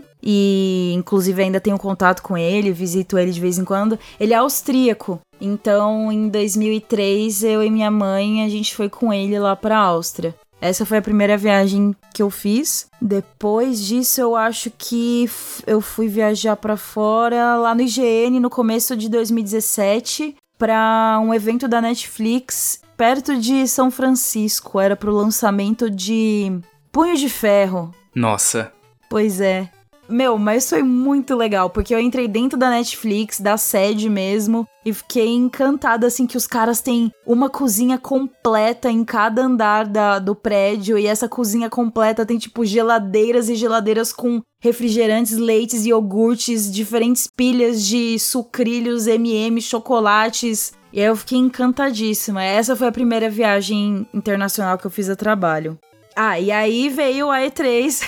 E, inclusive, ainda tenho contato com ele, visito ele de vez em quando. Ele é austríaco. Então, em dois mil e três, eu e minha mãe, a gente foi com ele lá pra Áustria. Essa foi a primeira viagem que eu fiz. Depois disso, eu acho que f- eu fui viajar pra fora, lá no I G N, no começo de dois mil e dezessete, pra um evento da Netflix, perto de São Francisco. Era pro lançamento de Punho de Ferro. Nossa. Pois é. Meu, mas foi muito legal, porque eu entrei dentro da Netflix, da sede mesmo, e fiquei encantada, assim, que os caras têm uma cozinha completa em cada andar da, do prédio, e essa cozinha completa tem, tipo, geladeiras e geladeiras com refrigerantes, leites e iogurtes, diferentes pilhas de sucrilhos, eme e eme, chocolates. E aí eu fiquei encantadíssima. Essa foi a primeira viagem internacional que eu fiz a trabalho. Ah, e aí veio a E três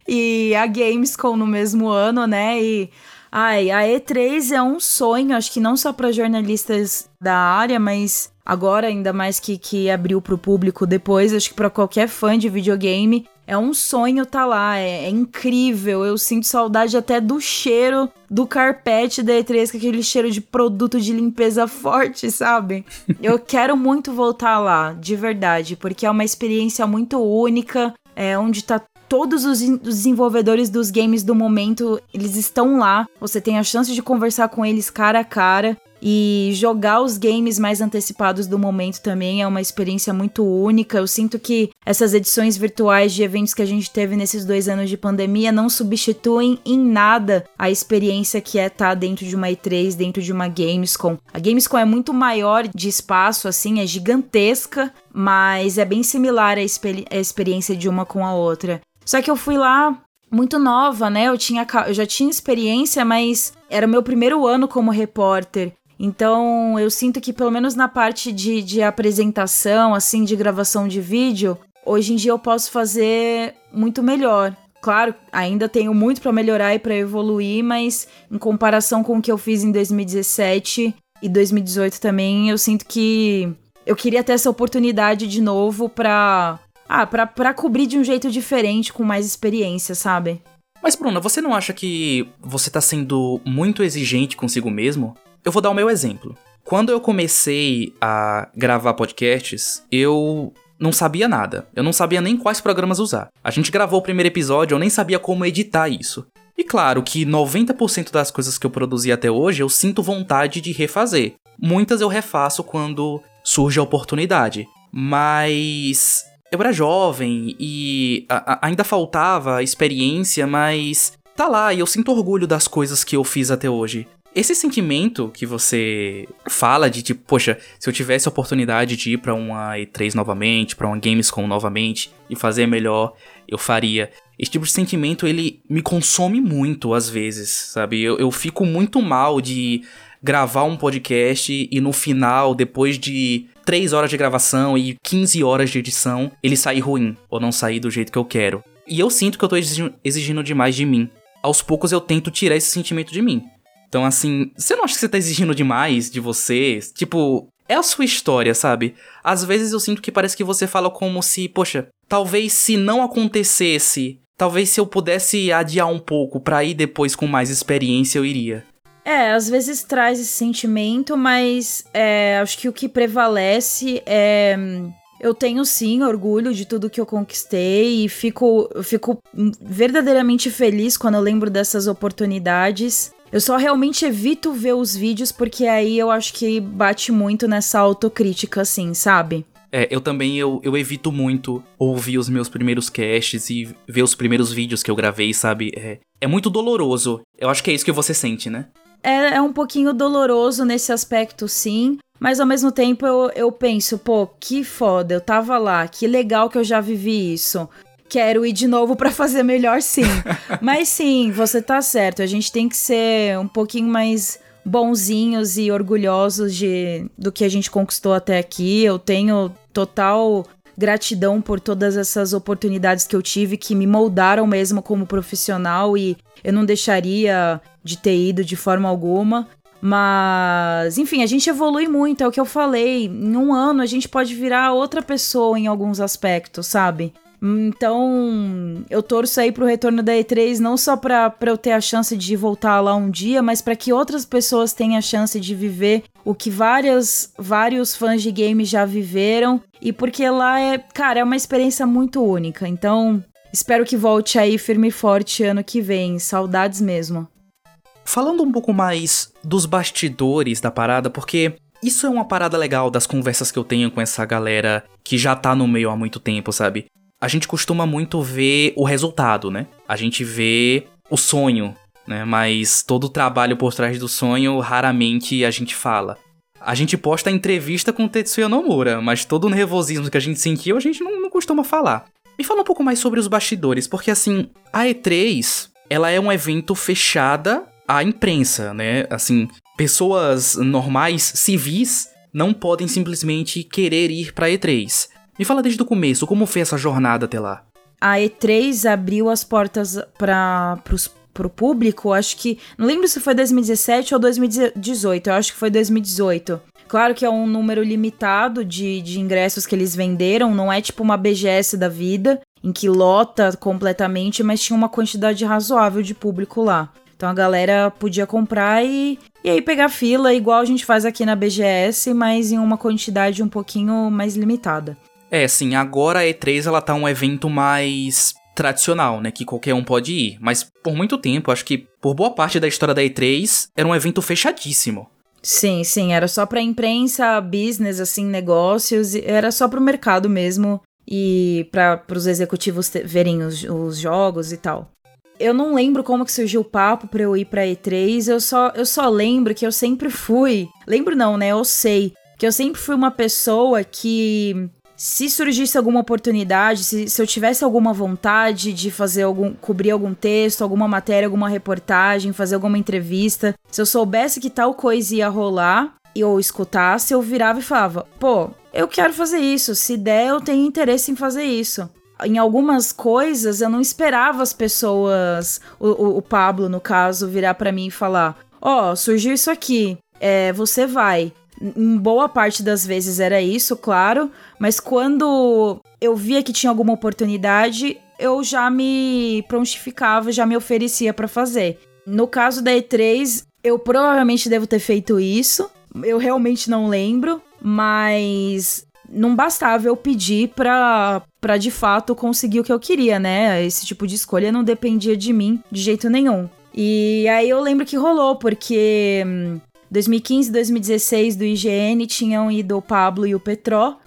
e a Gamescom no mesmo ano, né? E ai, a E três é um sonho, acho que não só para jornalistas da área, mas agora ainda mais que, que abriu pro público depois, acho que para qualquer fã de videogame, é um sonho tá lá, é, é incrível, eu sinto saudade até do cheiro do carpete da E três, com aquele cheiro de produto de limpeza forte, sabe? Eu quero muito voltar lá, de verdade, porque é uma experiência muito única, é onde tá todos os desenvolvedores dos games do momento, eles estão lá, você tem a chance de conversar com eles cara a cara, e jogar os games mais antecipados do momento também é uma experiência muito única. Eu sinto que essas edições virtuais de eventos que a gente teve nesses dois anos de pandemia não substituem em nada a experiência que é estar dentro de uma E três, dentro de uma Gamescom. A Gamescom é muito maior de espaço, assim, é gigantesca, mas é bem similar a, exper- a experiência de uma com a outra. Só que eu fui lá muito nova, né? Eu, tinha, eu já tinha experiência, mas era o meu primeiro ano como repórter. Então, eu sinto que pelo menos na parte de, de apresentação, assim, de gravação de vídeo, hoje em dia eu posso fazer muito melhor. Claro, ainda tenho muito para melhorar e para evoluir, mas em comparação com o que eu fiz em dois mil e dezessete e dois mil e dezoito também, eu sinto que eu queria ter essa oportunidade de novo pra, ah, pra, pra cobrir de um jeito diferente, com mais experiência, sabe? Mas, Bruna, você não acha que você tá sendo muito exigente consigo mesmo? Eu vou dar o meu exemplo. Quando eu comecei a gravar podcasts, eu não sabia nada. Eu não sabia nem quais programas usar. A gente gravou o primeiro episódio, eu nem sabia como editar isso. E claro que noventa por cento das coisas que eu produzi até hoje, eu sinto vontade de refazer. Muitas eu refaço quando surge a oportunidade. Mas eu era jovem e a- a- ainda faltava experiência, mas tá lá e eu sinto orgulho das coisas que eu fiz até hoje. Esse sentimento que você fala de tipo, poxa, se eu tivesse a oportunidade de ir pra uma E três novamente, pra uma Gamescom novamente e fazer melhor, eu faria. Esse tipo de sentimento, ele me consome muito às vezes, sabe? Eu, eu fico muito mal de gravar um podcast e no final, depois de três horas de gravação e quinze horas de edição, ele sair ruim ou não sair do jeito que eu quero. E eu sinto que eu tô exigindo, exigindo demais de mim. Aos poucos eu tento tirar esse sentimento de mim. Então, assim, você não acha que você tá exigindo demais de você? Tipo, é a sua história, sabe? Às vezes eu sinto que parece que você fala como se, poxa, talvez se não acontecesse, talvez se eu pudesse adiar um pouco pra ir depois com mais experiência, eu iria. É, às vezes traz esse sentimento, mas é, acho que o que prevalece é... Eu tenho, sim, orgulho de tudo que eu conquistei e fico, eu fico verdadeiramente feliz quando eu lembro dessas oportunidades. Eu só realmente evito ver os vídeos porque aí eu acho que bate muito nessa autocrítica, assim, sabe? É, eu também, eu, eu evito muito ouvir os meus primeiros casts e ver os primeiros vídeos que eu gravei, sabe? É, é muito doloroso. Eu acho que é isso que você sente, né? É, é um pouquinho doloroso nesse aspecto, sim. Mas ao mesmo tempo eu, eu penso, pô, que foda, eu tava lá, que legal que eu já vivi isso. Quero ir de novo pra fazer melhor, sim. Mas sim, você tá certo, a gente tem que ser um pouquinho mais bonzinhos e orgulhosos de, do que a gente conquistou até aqui. Eu tenho total gratidão por todas essas oportunidades que eu tive, que me moldaram mesmo como profissional e eu não deixaria de ter ido de forma alguma. Mas, enfim, a gente evolui muito, é o que eu falei. Em um ano a gente pode virar outra pessoa em alguns aspectos, sabe? Então, eu torço aí pro retorno da E três, não só pra, pra eu ter a chance de voltar lá um dia, mas pra que outras pessoas tenham a chance de viver o que várias, vários fãs de game já viveram. E porque lá é, cara, é uma experiência muito única. Então, espero que volte aí firme e forte ano que vem. Saudades mesmo. Falando um pouco mais dos bastidores da parada, porque isso é uma parada legal das conversas que eu tenho com essa galera que já tá no meio há muito tempo, sabe? A gente costuma muito ver o resultado, né? A gente vê o sonho, né? Mas todo o trabalho por trás do sonho, raramente a gente fala. A gente posta a entrevista com o Tetsuya Nomura, mas todo o nervosismo que a gente sentiu, a gente não, não costuma falar. Me fala um pouco mais sobre os bastidores, porque assim, a E três, ela é um evento fechada à imprensa, né? Assim, pessoas normais, civis, não podem simplesmente querer ir pra E três. Me fala desde o começo, como foi essa jornada até lá? A E três abriu as portas para pro público, acho que... Não lembro se foi dois mil e dezessete ou dois mil e dezoito, eu acho que foi dois mil e dezoito. Claro que é um número limitado de, de ingressos que eles venderam, não é tipo uma B G S da vida, em que lota completamente, mas tinha uma quantidade razoável de público lá. Então a galera podia comprar e, e aí pegar fila, igual a gente faz aqui na B G S, mas em uma quantidade um pouquinho mais limitada. É, sim, agora a E três ela tá um evento mais tradicional, né, que qualquer um pode ir. Mas por muito tempo, acho que por boa parte da história da E três, era um evento fechadíssimo. Sim, sim, era só pra imprensa, business, assim, negócios, era só pro mercado mesmo e para pros executivos te- verem os, os jogos e tal. Eu não lembro como que surgiu o papo pra eu ir pra E três, eu só, eu só lembro que eu sempre fui... Lembro não, né, eu sei que eu sempre fui uma pessoa que... Se surgisse alguma oportunidade, se, se eu tivesse alguma vontade de fazer algum, cobrir algum texto, alguma matéria, alguma reportagem, fazer alguma entrevista, se eu soubesse que tal coisa ia rolar, ou escutasse, eu virava e falava, pô, eu quero fazer isso, se der eu tenho interesse em fazer isso. Em algumas coisas eu não esperava as pessoas, o, o, o Pablo no caso, virar pra mim e falar, ó, oh, surgiu isso aqui, é, você vai. Em boa parte das vezes era isso, claro, mas quando eu via que tinha alguma oportunidade, eu já me prontificava, já me oferecia pra fazer. No caso da E três, eu provavelmente devo ter feito isso, eu realmente não lembro, mas não bastava eu pedir pra, pra de fato conseguir o que eu queria, né? Esse tipo de escolha não dependia de mim de jeito nenhum. E aí eu lembro que rolou, porque... dois mil e quinze e dois mil e dezesseis do I G N tinham ido o Pablo e o Petró.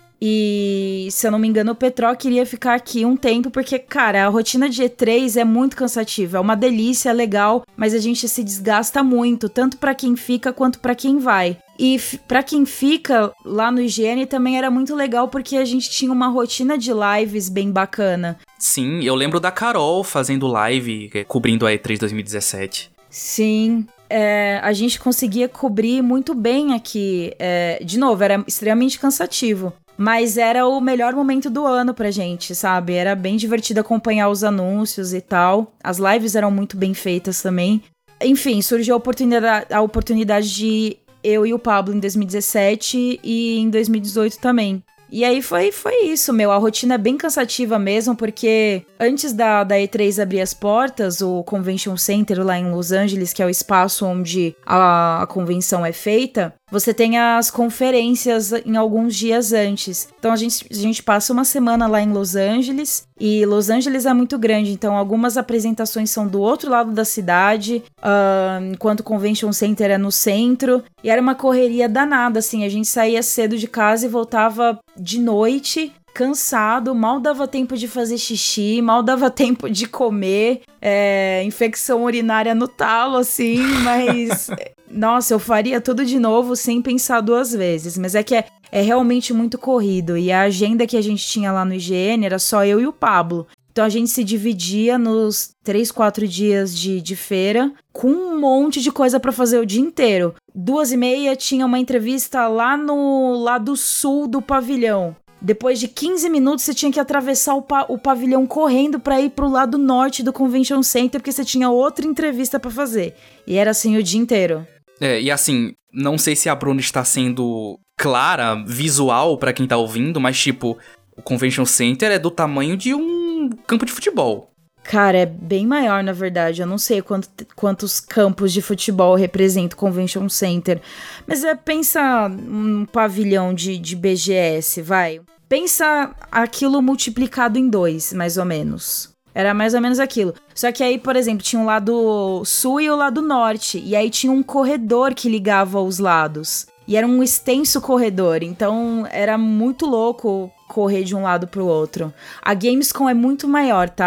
E, se eu não me engano, o Petró queria ficar aqui um tempo, porque, cara, a rotina de E três é muito cansativa. É uma delícia, é legal, mas a gente se desgasta muito, tanto pra quem fica quanto pra quem vai. E f- pra quem fica lá no I G N também era muito legal, porque a gente tinha uma rotina de lives bem bacana. Sim, eu lembro da Carol fazendo live, cobrindo a E três dois mil e dezessete. Sim, é, a gente conseguia cobrir muito bem aqui. É, de novo, era extremamente cansativo, mas era o melhor momento do ano pra gente, sabe? Era bem divertido acompanhar os anúncios e tal. As lives eram muito bem feitas também. Enfim, surgiu a oportunidade, a oportunidade de eu e o Pablo em dois mil e dezessete e em dois mil e dezoito também. E aí foi, foi isso, meu. A rotina é bem cansativa mesmo, porque antes da, da E três abrir as portas, o Convention Center lá em Los Angeles, que é o espaço onde a, a convenção é feita, você tem as conferências em alguns dias antes. Então a gente, a gente passa uma semana lá em Los Angeles, e Los Angeles é muito grande, então algumas apresentações são do outro lado da cidade, uh, enquanto o Convention Center é no centro, e era uma correria danada, assim, a gente saía cedo de casa e voltava de noite, cansado, mal dava tempo de fazer xixi, mal dava tempo de comer, é, infecção urinária no talo, assim, mas... Nossa, eu faria tudo de novo sem pensar duas vezes, mas é que é, é realmente muito corrido, e a agenda que a gente tinha lá no I G N era só eu e o Pablo. Então a gente se dividia nos três, quatro dias de, de feira, com um monte de coisa pra fazer o dia inteiro. Duas e meia tinha uma entrevista lá no lado sul do pavilhão. Depois de quinze minutos, você tinha que atravessar o, pa- o pavilhão correndo pra ir pro lado norte do Convention Center, porque você tinha outra entrevista pra fazer. E era assim o dia inteiro. É, e assim, não sei se a Bruna está sendo clara, visual pra quem tá ouvindo, mas tipo, o Convention Center é do tamanho de um campo de futebol. Cara, é bem maior, na verdade. Eu não sei quanto, quantos campos de futebol representa o Convention Center. Mas é, pensa um pavilhão de, de B G S, vai. Pensa aquilo multiplicado em dois, mais ou menos. Era mais ou menos aquilo. Só que aí, por exemplo, tinha um lado sul e o lado norte. E aí tinha um corredor que ligava os lados. E era um extenso corredor. Então era muito louco correr de um lado pro outro. A Gamescom é muito maior, tá?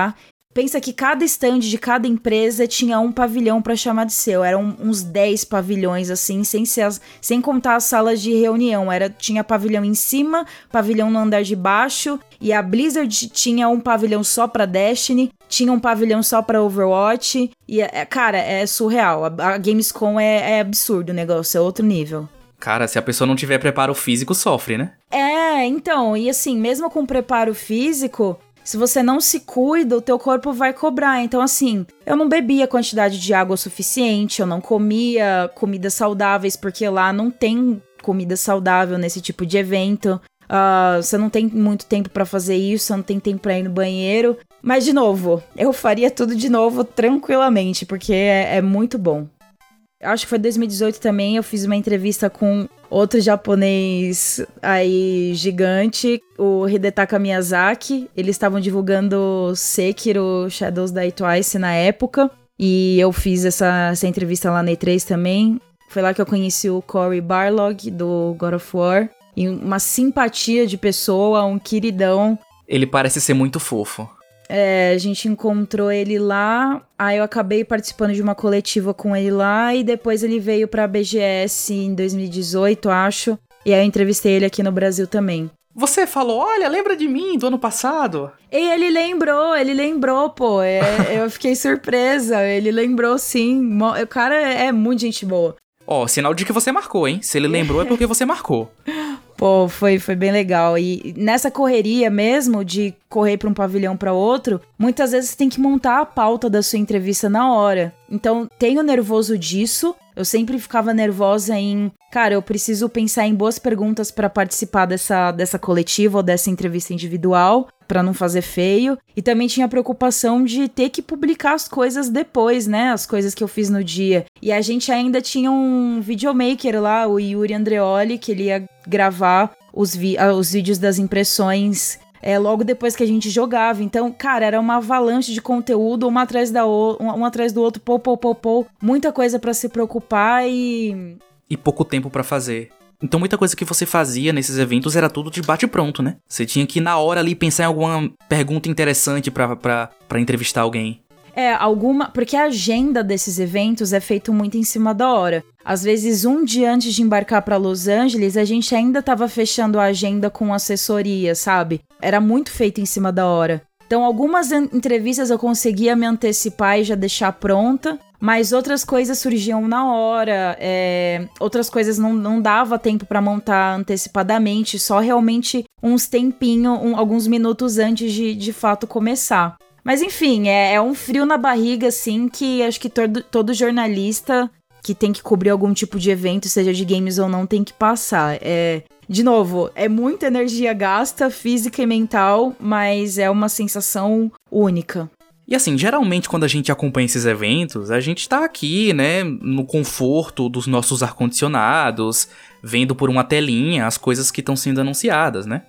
Pensa que cada stand de cada empresa tinha um pavilhão pra chamar de seu. Eram uns dez pavilhões, assim, sem, ser as, sem contar as salas de reunião. Era, tinha pavilhão em cima, pavilhão no andar de baixo. E a Blizzard tinha um pavilhão só pra Destiny, tinha um pavilhão só pra Overwatch. E, é, cara, é surreal. A, a Gamescom é, é absurdo o negócio, é outro nível. Cara, se a pessoa não tiver preparo físico, sofre, né? É, então, e assim, mesmo com preparo físico... Se você não se cuida, o teu corpo vai cobrar. Então, assim, eu não bebia quantidade de água suficiente, eu não comia comidas saudáveis, porque lá não tem comida saudável nesse tipo de evento. Uh, você não tem muito tempo pra fazer isso, você não tem tempo pra ir no banheiro. Mas, de novo, eu faria tudo de novo tranquilamente, porque é, é muito bom. Acho que foi em dois mil e dezoito também, eu fiz uma entrevista com outro japonês aí gigante, o Hidetaka Miyazaki. Eles estavam divulgando Sekiro Shadows Die Twice na época, e eu fiz essa, essa entrevista lá na E três também. Foi lá que eu conheci o Cory Barlog, do God of War, e uma simpatia de pessoa, um queridão. Ele parece ser muito fofo. É, a gente encontrou ele lá, aí eu acabei participando de uma coletiva com ele lá, e depois ele veio pra B G S em dois mil e dezoito, acho, e aí eu entrevistei ele aqui no Brasil também. Você falou, olha, lembra de mim, do ano passado? E ele lembrou, ele lembrou, pô, é, eu fiquei surpresa, ele lembrou sim, o cara é muito gente boa. Ó, sinal de que você marcou, hein? Se ele lembrou é porque você marcou. Pô, foi, foi bem legal. E nessa correria mesmo, de correr pra um pavilhão pra outro, muitas vezes você tem que montar a pauta da sua entrevista na hora. Então, tenho nervoso disso. Eu sempre ficava nervosa em... Cara, eu preciso pensar em boas perguntas pra participar dessa, dessa coletiva ou dessa entrevista individual, pra não fazer feio. E também tinha a preocupação de ter que publicar as coisas depois, né? As coisas que eu fiz no dia. E a gente ainda tinha um videomaker lá, o Yuri Andreoli, que ele ia gravar os, vi- os vídeos das impressões é, logo depois que a gente jogava. Então, cara, era uma avalanche de conteúdo, uma atrás, da o- um, um atrás do outro, pô, pô, pô, pô. Muita coisa pra se preocupar e... E pouco tempo pra fazer. Então muita coisa que você fazia nesses eventos era tudo de bate-pronto, né? Você tinha que na hora ali pensar em alguma pergunta interessante pra, pra, pra entrevistar alguém. É, alguma... Porque a agenda desses eventos é feita muito em cima da hora. Às vezes, um dia antes de embarcar pra Los Angeles, a gente ainda tava fechando a agenda com assessoria, sabe? Era muito feito em cima da hora. Então, algumas en- entrevistas eu conseguia me antecipar e já deixar pronta, mas outras coisas surgiam na hora, é... outras coisas não, não dava tempo pra montar antecipadamente, só realmente uns tempinhos, um, alguns minutos antes de, de fato, começar. Mas enfim, é, é um frio na barriga, assim, que acho que todo, todo jornalista que tem que cobrir algum tipo de evento, seja de games ou não, tem que passar. É, de novo, é muita energia gasta, física e mental, mas é uma sensação única. E assim, geralmente quando a gente acompanha esses eventos, a gente tá aqui, né, no conforto dos nossos ar-condicionados, vendo por uma telinha as coisas que estão sendo anunciadas, né?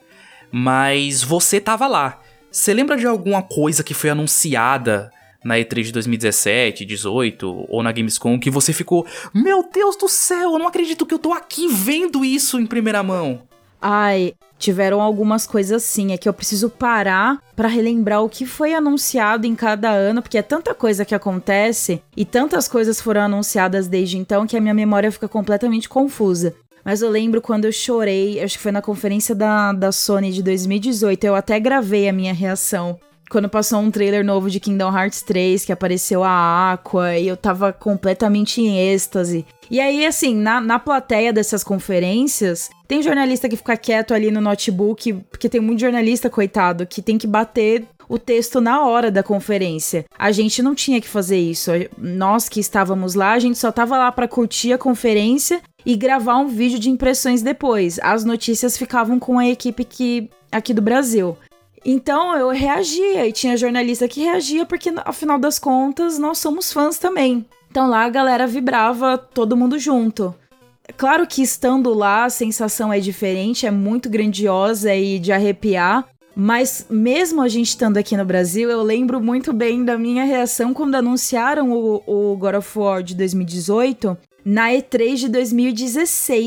Mas você tava lá. Você lembra de alguma coisa que foi anunciada na E três de dois mil e dezessete, dezoito ou na Gamescom que você ficou, meu Deus do céu, eu não acredito que eu tô aqui vendo isso em primeira mão? Ai, tiveram algumas coisas assim, é que eu preciso parar pra relembrar o que foi anunciado em cada ano, porque é tanta coisa que acontece e tantas coisas foram anunciadas desde então que a minha memória fica completamente confusa. Mas eu lembro quando eu chorei, acho que foi na conferência da, da Sony de dois mil e dezoito, eu até gravei a minha reação. Quando passou um trailer novo de Kingdom Hearts três, que apareceu a Aqua, e eu tava completamente em êxtase. E aí, assim, na, na plateia dessas conferências, tem jornalista que fica quieto ali no notebook, porque tem muito jornalista, coitado, que tem que bater o texto na hora da conferência. A gente não tinha que fazer isso. Nós que estávamos lá, a gente só tava lá pra curtir a conferência e gravar um vídeo de impressões depois. As notícias ficavam com a equipe que, aqui do Brasil. Então eu reagia e tinha jornalista que reagia porque, afinal das contas, nós somos fãs também. Então lá a galera vibrava todo mundo junto. Claro que estando lá a sensação é diferente, é muito grandiosa e de arrepiar, mas mesmo a gente estando aqui no Brasil, eu lembro muito bem da minha reação quando anunciaram o, o God of War de dois mil e dezoito na E três de dois mil e dezesseis.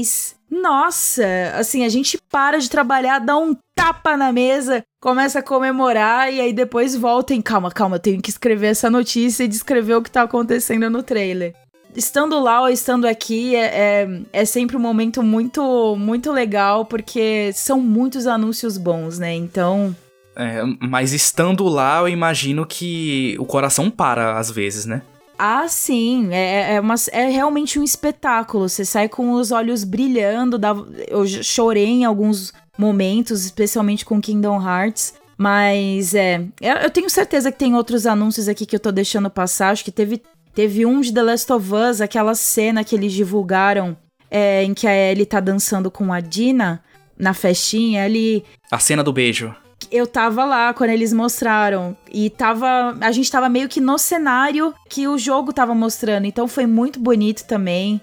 Nossa, assim, a gente para de trabalhar, dá um tapa na mesa, começa a comemorar e aí depois volta em calma, calma, eu tenho que escrever essa notícia e descrever o que tá acontecendo no trailer. Estando lá ou estando aqui é, é, é sempre um momento muito, muito legal, porque são muitos anúncios bons, né? Então... É, mas estando lá, eu imagino que o coração para às vezes, né? Ah, sim, é, é, uma, é realmente um espetáculo, você sai com os olhos brilhando, dá, eu chorei em alguns momentos, especialmente com Kingdom Hearts, mas é, eu tenho certeza que tem outros anúncios aqui que eu tô deixando passar, acho que teve, teve um de The Last of Us, aquela cena que eles divulgaram, é, em que a Ellie tá dançando com a Dina, na festinha, ele... A cena do beijo. Eu tava lá quando eles mostraram e tava, a gente tava meio que no cenário que o jogo tava mostrando, então foi muito bonito também,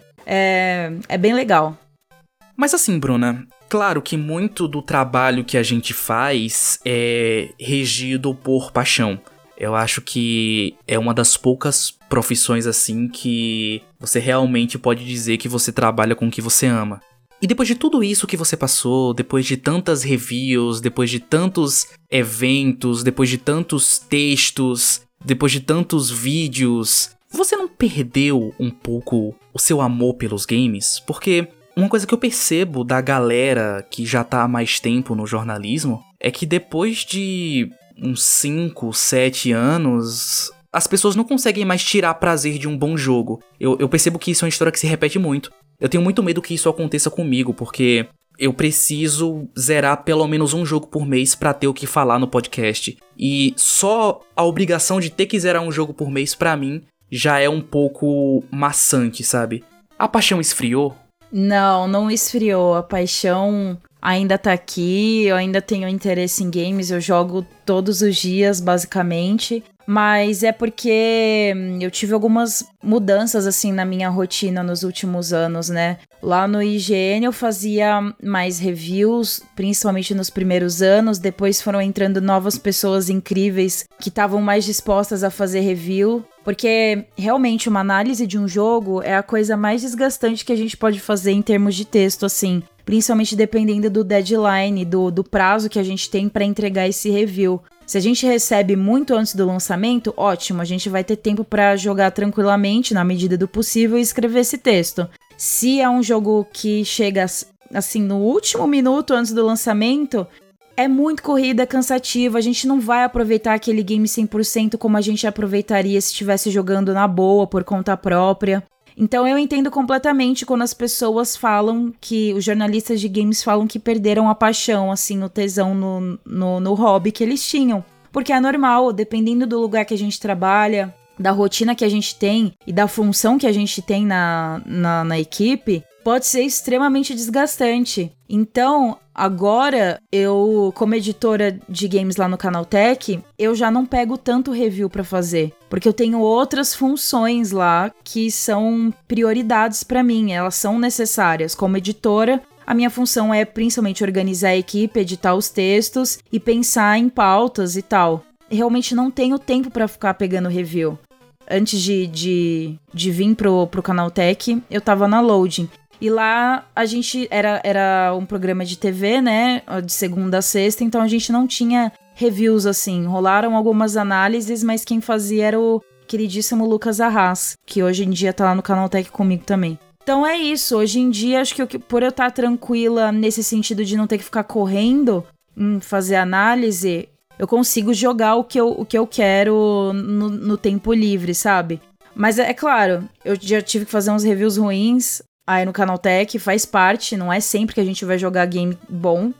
é, é bem legal. Mas assim, Bruna, claro que muito do trabalho que a gente faz é regido por paixão. Eu acho que é uma das poucas profissões assim que você realmente pode dizer que você trabalha com o que você ama. E depois de tudo isso que você passou, depois de tantas reviews, depois de tantos eventos, depois de tantos textos, depois de tantos vídeos, você não perdeu um pouco o seu amor pelos games? Porque uma coisa que eu percebo da galera que já tá há mais tempo no jornalismo é que depois de uns cinco, sete anos, as pessoas não conseguem mais tirar prazer de um bom jogo. Eu, eu percebo que isso é uma história que se repete muito. Eu tenho muito medo que isso aconteça comigo, porque eu preciso zerar pelo menos um jogo por mês pra ter o que falar no podcast. E só a obrigação de ter que zerar um jogo por mês, pra mim, já é um pouco maçante, sabe? A paixão esfriou? Não, não esfriou. A paixão ainda tá aqui, eu ainda tenho interesse em games, eu jogo todos os dias, basicamente. Mas é porque eu tive algumas mudanças, assim, na minha rotina nos últimos anos, né? Lá no I G N eu fazia mais reviews, principalmente nos primeiros anos. Depois foram entrando novas pessoas incríveis que estavam mais dispostas a fazer review. Porque, realmente, uma análise de um jogo é a coisa mais desgastante que a gente pode fazer em termos de texto, assim. Principalmente dependendo do deadline, do, do prazo que a gente tem para entregar esse review. Se a gente recebe muito antes do lançamento, ótimo, a gente vai ter tempo para jogar tranquilamente, na medida do possível, e escrever esse texto. Se é um jogo que chega, assim, no último minuto antes do lançamento, é muito corrida, cansativo, a gente não vai aproveitar aquele game cem por cento como a gente aproveitaria se estivesse jogando na boa, por conta própria. Então eu entendo completamente quando as pessoas falam que, os jornalistas de games falam que perderam a paixão, assim, o tesão no, no, no hobby que eles tinham. Porque é normal, dependendo do lugar que a gente trabalha, da rotina que a gente tem e da função que a gente tem na, na, na equipe, pode ser extremamente desgastante. Então, agora, eu, como editora de games lá no Canaltech, eu já não pego tanto review pra fazer, porque eu tenho outras funções lá que são prioridades pra mim, elas são necessárias. Como editora, a minha função é principalmente organizar a equipe, editar os textos e pensar em pautas e tal. Realmente não tenho tempo pra ficar pegando review. Antes de, de, de vir pro, pro Canaltech, eu tava na Loading. E lá a gente era, era um programa de T V, né, de segunda a sexta, então a gente não tinha reviews assim. Rolaram algumas análises, mas quem fazia era o queridíssimo Lucas Arras, que hoje em dia tá lá no Canaltech comigo também. Então é isso, hoje em dia acho que eu, por eu estar tranquila nesse sentido de não ter que ficar correndo em fazer análise, eu consigo jogar o que eu, o que eu quero no, no tempo livre, sabe? Mas é, é claro, eu já tive que fazer uns reviews ruins aí no Canaltech, faz parte, não é sempre que a gente vai jogar game bom.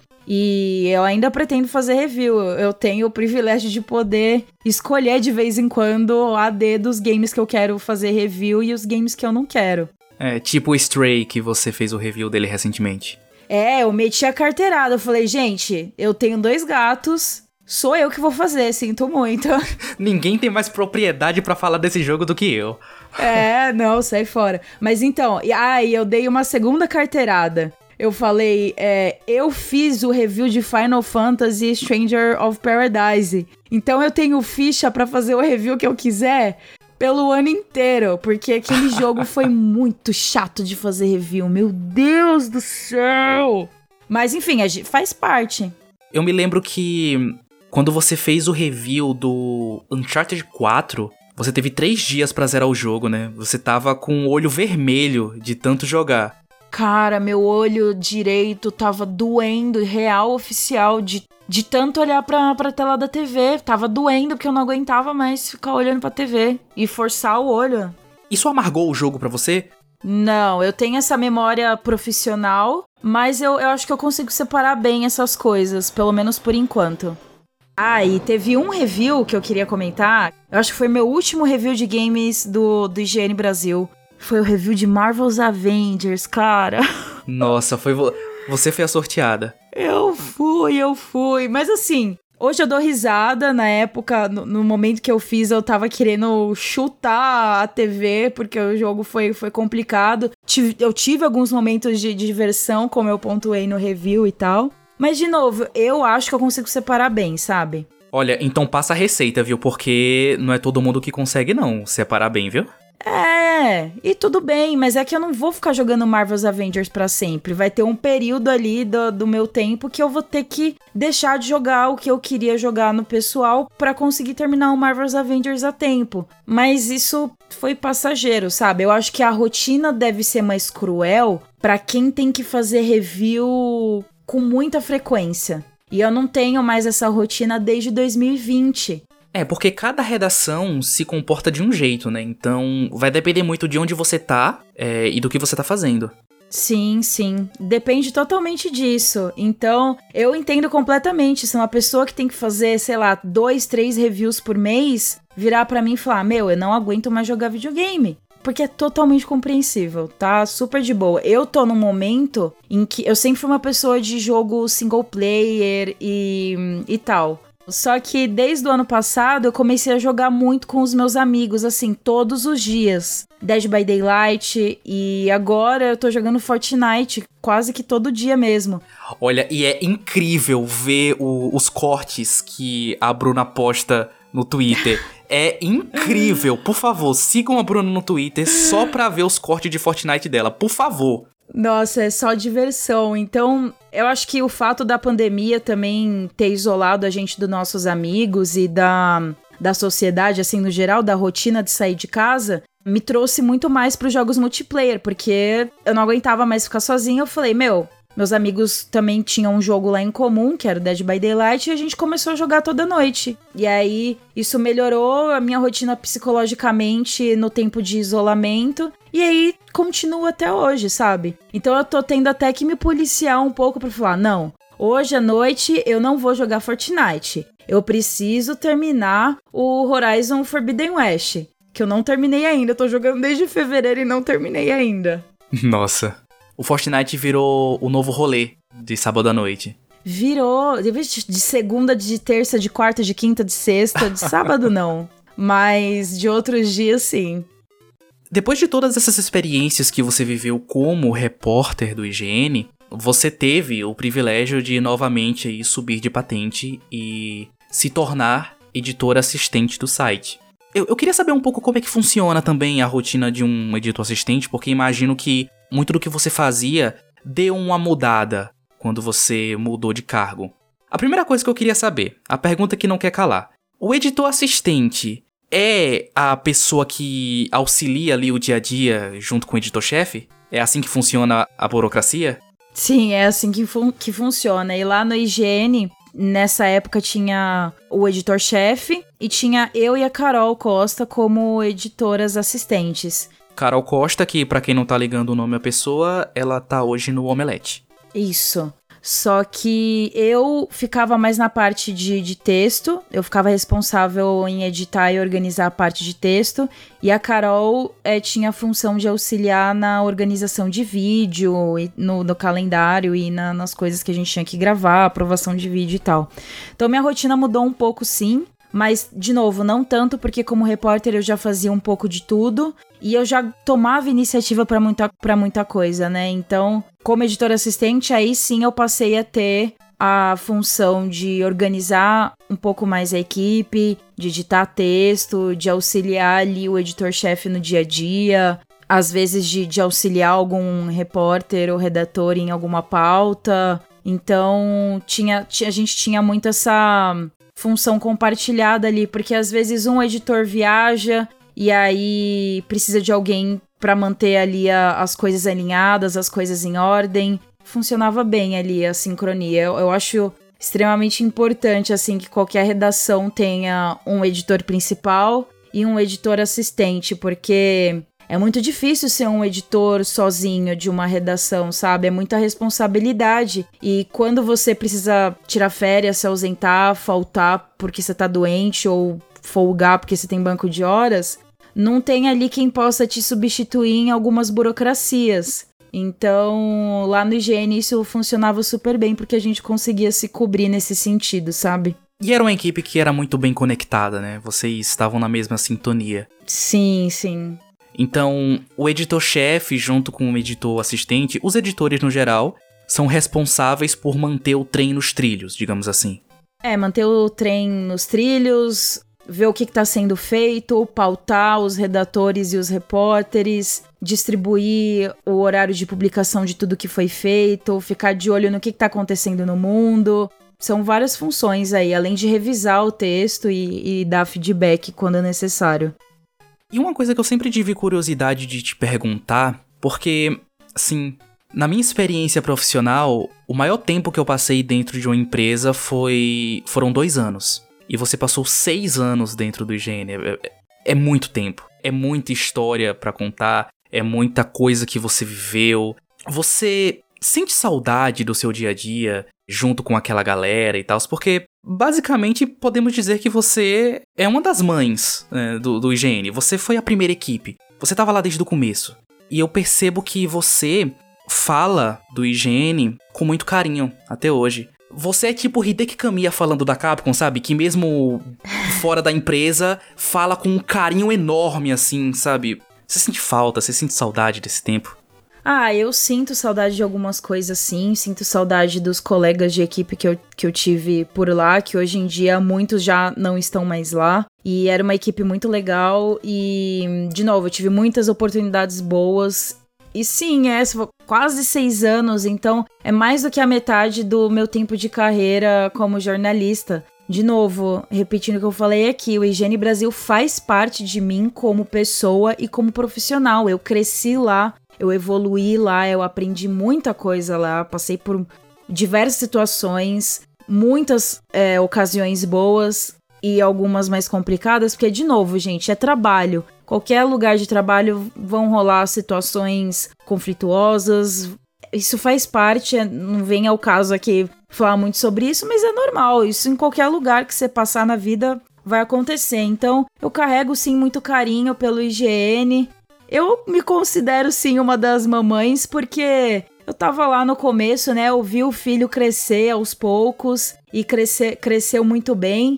E eu ainda pretendo fazer review, eu tenho o privilégio de poder escolher de vez em quando a D dos games que eu quero fazer review e os games que eu não quero. É, tipo o Stray, que você fez o review dele recentemente. É, eu meti a carteirada, eu falei, gente, eu tenho dois gatos, sou eu que vou fazer, sinto muito. Ninguém tem mais propriedade pra falar desse jogo do que eu. É, não, sai fora. Mas então, e aí eu dei uma segunda carteirada. Eu falei, é, eu fiz o review de Final Fantasy Stranger of Paradise. Então eu tenho ficha pra fazer o review que eu quiser. pelo ano inteiro, porque aquele jogo foi muito chato de fazer review. Meu Deus do céu! Mas enfim, faz parte. Eu me lembro que quando você fez o review do Uncharted quatro, você teve três dias pra zerar o jogo, né? Você tava com o olho vermelho de tanto jogar. Cara, meu olho direito tava doendo, real, oficial, de, de tanto olhar pra, pra tela da T V. Tava doendo porque eu não aguentava mais ficar olhando pra T V e forçar o olho. Isso amargou o jogo pra você? Não, eu tenho essa memória profissional, mas eu, eu acho que eu consigo separar bem essas coisas, pelo menos por enquanto. Ah, e teve um review que eu queria comentar, eu acho que foi meu último review de games do, do I G N Brasil. Foi o review de Marvel's Avengers, cara. Nossa, foi vo- você foi a sorteada. Eu fui, eu fui. Mas assim, hoje eu dou risada. Na época, no, no momento que eu fiz, eu tava querendo chutar a T V, porque o jogo foi, foi complicado. Tive, eu tive alguns momentos de, de diversão, como eu pontuei no review e tal. Mas, de novo, eu acho que eu consigo separar bem, sabe? Olha, então passa a receita, viu? Porque não é todo mundo que consegue, não, separar bem, viu? É, e tudo bem, mas é que eu não vou ficar jogando Marvel's Avengers pra sempre. Vai ter um período ali do, do meu tempo que eu vou ter que deixar de jogar o que eu queria jogar no pessoal pra conseguir terminar o Marvel's Avengers a tempo. Mas isso foi passageiro, sabe? Eu acho que a rotina deve ser mais cruel pra quem tem que fazer review com muita frequência. E eu não tenho mais essa rotina desde dois mil e vinte. É, porque cada redação se comporta de um jeito, né? Então, vai depender muito de onde você tá é, e do que você tá fazendo. Sim, sim. Depende totalmente disso. Então, eu entendo completamente. Se uma pessoa que tem que fazer, sei lá, dois, três reviews por mês, virar pra mim e falar, meu, eu não aguento mais jogar videogame. Porque é totalmente compreensível, tá? Super de boa. Eu tô num momento em que eu sempre fui uma pessoa de jogo single player e, e tal. Só que desde o ano passado eu comecei a jogar muito com os meus amigos, assim, todos os dias. Dead by Daylight, e agora eu tô jogando Fortnite quase que todo dia mesmo. Olha, e é incrível ver o, os cortes que a Bruna posta no Twitter. É incrível. Por favor, sigam a Bruna no Twitter só pra ver os cortes de Fortnite dela, por favor. Nossa, é só diversão. Então, eu acho que o fato da pandemia também ter isolado a gente dos nossos amigos e da, da sociedade, assim, no geral, da rotina de sair de casa, me trouxe muito mais pros jogos multiplayer, porque eu não aguentava mais ficar sozinha. Eu falei, meu, meus amigos também tinham um jogo lá em comum, que era o Dead by Daylight, e a gente começou a jogar toda noite. E aí, isso melhorou a minha rotina psicologicamente no tempo de isolamento. E aí, continua até hoje, sabe? Então eu tô tendo até que me policiar um pouco pra falar, não, hoje à noite eu não vou jogar Fortnite. Eu preciso terminar o Horizon Forbidden West, que eu não terminei ainda. Eu tô jogando desde fevereiro e não terminei ainda. Nossa. O Fortnite virou o novo rolê de sábado à noite. Virou, de segunda, de terça, de quarta, de quinta, de sexta, de sábado não. Mas de outros dias, sim. Depois de todas essas experiências que você viveu como repórter do I G N, você teve o privilégio de novamente aí, subir de patente e se tornar editor assistente do site. Eu, eu queria saber um pouco como é que funciona também a rotina de um editor assistente, porque imagino que muito do que você fazia deu uma mudada quando você mudou de cargo. A primeira coisa que eu queria saber, a pergunta que não quer calar. O editor assistente é a pessoa que auxilia ali o dia a dia junto com o editor-chefe? É assim que funciona a burocracia? Sim, é assim que, fun- que funciona. E lá no I G N, nessa época tinha o editor-chefe e tinha eu e a Carol Costa como editoras assistentes. Carol Costa, que pra quem não tá ligando o nome à pessoa, ela tá hoje no Omelete. Isso. Só que eu ficava mais na parte de, de texto, eu ficava responsável em editar e organizar a parte de texto, e a Carol é, tinha a função de auxiliar na organização de vídeo, e no, no calendário e na, nas coisas que a gente tinha que gravar, aprovação de vídeo e tal. Então minha rotina mudou um pouco, sim. Mas, de novo, não tanto, porque como repórter eu já fazia um pouco de tudo e eu já tomava iniciativa pra muita, pra muita coisa, né? Então, como editora assistente, aí sim eu passei a ter a função de organizar um pouco mais a equipe, de editar texto, de auxiliar ali o editor-chefe no dia a dia, às vezes de, de auxiliar algum repórter ou redator em alguma pauta. Então, tinha, a gente tinha muito essa função compartilhada ali, porque às vezes um editor viaja e aí precisa de alguém para manter ali a, as coisas alinhadas, as coisas em ordem. Funcionava bem ali a sincronia. Eu, eu acho extremamente importante, assim, que qualquer redação tenha um editor principal e um editor assistente, porque é muito difícil ser um editor sozinho de uma redação, sabe? É muita responsabilidade. E quando você precisa tirar férias, se ausentar, faltar porque você tá doente ou folgar porque você tem banco de horas, não tem ali quem possa te substituir em algumas burocracias. Então, lá no I G N isso funcionava super bem, porque a gente conseguia se cobrir nesse sentido, sabe? E era uma equipe que era muito bem conectada, né? Vocês estavam na mesma sintonia. Sim, sim. Então, o editor-chefe, junto com o editor assistente, os editores no geral, são responsáveis por manter o trem nos trilhos, digamos assim. É, manter o trem nos trilhos, ver o que está sendo feito, pautar os redatores e os repórteres, distribuir o horário de publicação de tudo que foi feito, ficar de olho no que está acontecendo no mundo. São várias funções aí, além de revisar o texto e, e dar feedback quando necessário. E uma coisa que eu sempre tive curiosidade de te perguntar, porque, assim, na minha experiência profissional, o maior tempo que eu passei dentro de uma empresa foi foram dois anos. E você passou seis anos dentro do I G N. É, é muito tempo. É muita história pra contar. É muita coisa que você viveu. Você sente saudade do seu dia a dia junto com aquela galera e tal? Porque, basicamente, podemos dizer que você é uma das mães, né, do, do I G N. Você foi a primeira equipe. Você tava lá desde o começo. E eu percebo que você fala do I G N com muito carinho até hoje. Você é tipo Hideki Kamiya falando da Capcom, sabe? Que mesmo fora da empresa, fala com um carinho enorme, assim, sabe? Você sente falta, você sente saudade desse tempo? Ah, eu sinto saudade de algumas coisas, sim. Sinto saudade dos colegas de equipe que eu, que eu tive por lá, que hoje em dia muitos já não estão mais lá. E era uma equipe muito legal e, de novo, eu tive muitas oportunidades boas. E sim, é quase seis anos, então é mais do que a metade do meu tempo de carreira como jornalista. De novo, repetindo o que eu falei aqui, o I G N Brasil faz parte de mim como pessoa e como profissional. Eu cresci lá, eu evoluí lá, eu aprendi muita coisa lá, passei por diversas situações, muitas é, ocasiões boas e algumas mais complicadas, porque, de novo, gente, é trabalho. Qualquer lugar de trabalho vão rolar situações conflituosas. Isso faz parte, não vem ao caso aqui falar muito sobre isso, mas é normal. Isso em qualquer lugar que você passar na vida vai acontecer. Então, eu carrego, sim, muito carinho pelo I G N. Eu me considero, sim, uma das mamães, porque eu tava lá no começo, né? Eu vi o filho crescer aos poucos e crescer, cresceu muito bem.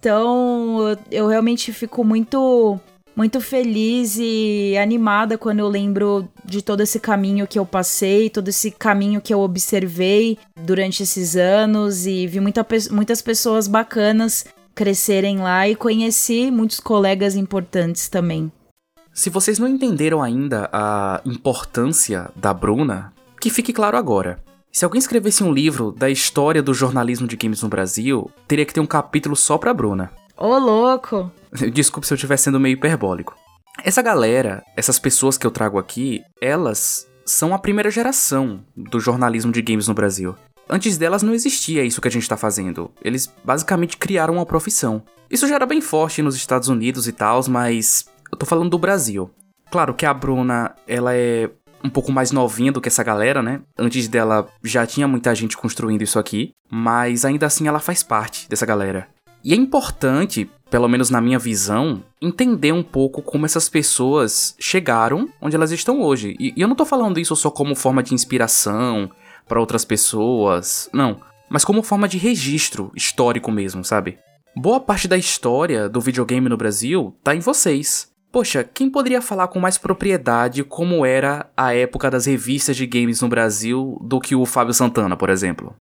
Então, eu realmente fico muito... muito feliz e animada quando eu lembro de todo esse caminho que eu passei, todo esse caminho que eu observei durante esses anos e vi muita, muitas pessoas bacanas crescerem lá e conheci muitos colegas importantes também. Se vocês não entenderam ainda a importância da Bruna, que fique claro agora. Se alguém escrevesse um livro da história do jornalismo de games no Brasil, teria que ter um capítulo só pra Bruna. Ô, louco! Desculpe se eu estiver sendo meio hiperbólico. Essa galera, essas pessoas que eu trago aqui, elas são a primeira geração do jornalismo de games no Brasil. Antes delas não existia isso que a gente tá fazendo. Eles basicamente criaram uma profissão. Isso já era bem forte nos Estados Unidos e tal, mas eu tô falando do Brasil. Claro que a Bruna, ela é um pouco mais novinha do que essa galera, né? Antes dela já tinha muita gente construindo isso aqui, mas ainda assim ela faz parte dessa galera. E é importante, pelo menos na minha visão, entender um pouco como essas pessoas chegaram onde elas estão hoje. E, e eu não tô falando isso só como forma de inspiração para outras pessoas, não. Mas como forma de registro histórico mesmo, sabe? Boa parte da história do videogame no Brasil tá em vocês. Poxa, quem poderia falar com mais propriedade como era a época das revistas de games no Brasil do que o Fábio Santana, por exemplo?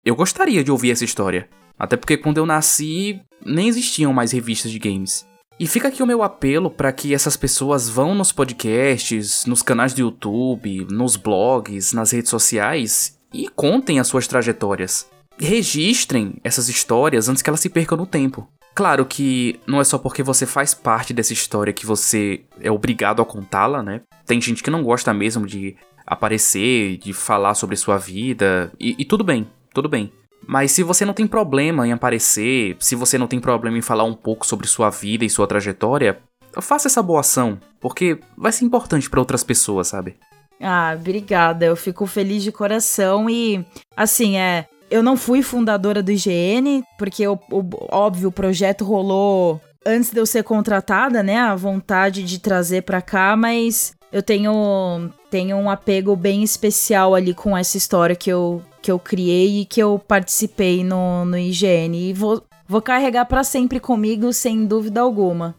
Eu gostaria de ouvir essa história. Até porque quando eu nasci, nem existiam mais revistas de games. E fica aqui o meu apelo para que essas pessoas vão nos podcasts, nos canais do YouTube, nos blogs, nas redes sociais e contem as suas trajetórias. Registrem essas histórias antes que elas se percam no tempo. Claro que não é só porque você faz parte dessa história que você é obrigado a contá-la, né? Tem gente que não gosta mesmo de aparecer, de falar sobre sua vida, e, e tudo bem, tudo bem. Mas se você não tem problema em aparecer, se você não tem problema em falar um pouco sobre sua vida e sua trajetória, faça essa boa ação, porque vai ser importante para outras pessoas, sabe? Ah, obrigada, eu fico feliz de coração e, assim, é... Eu não fui fundadora do I G N, porque, o, o, óbvio, o projeto rolou antes de eu ser contratada, né? A vontade de trazer pra cá, mas eu tenho, tenho um apego bem especial ali com essa história que eu, que eu criei e que eu participei no, no I G N. E vou, vou carregar pra sempre comigo, sem dúvida alguma.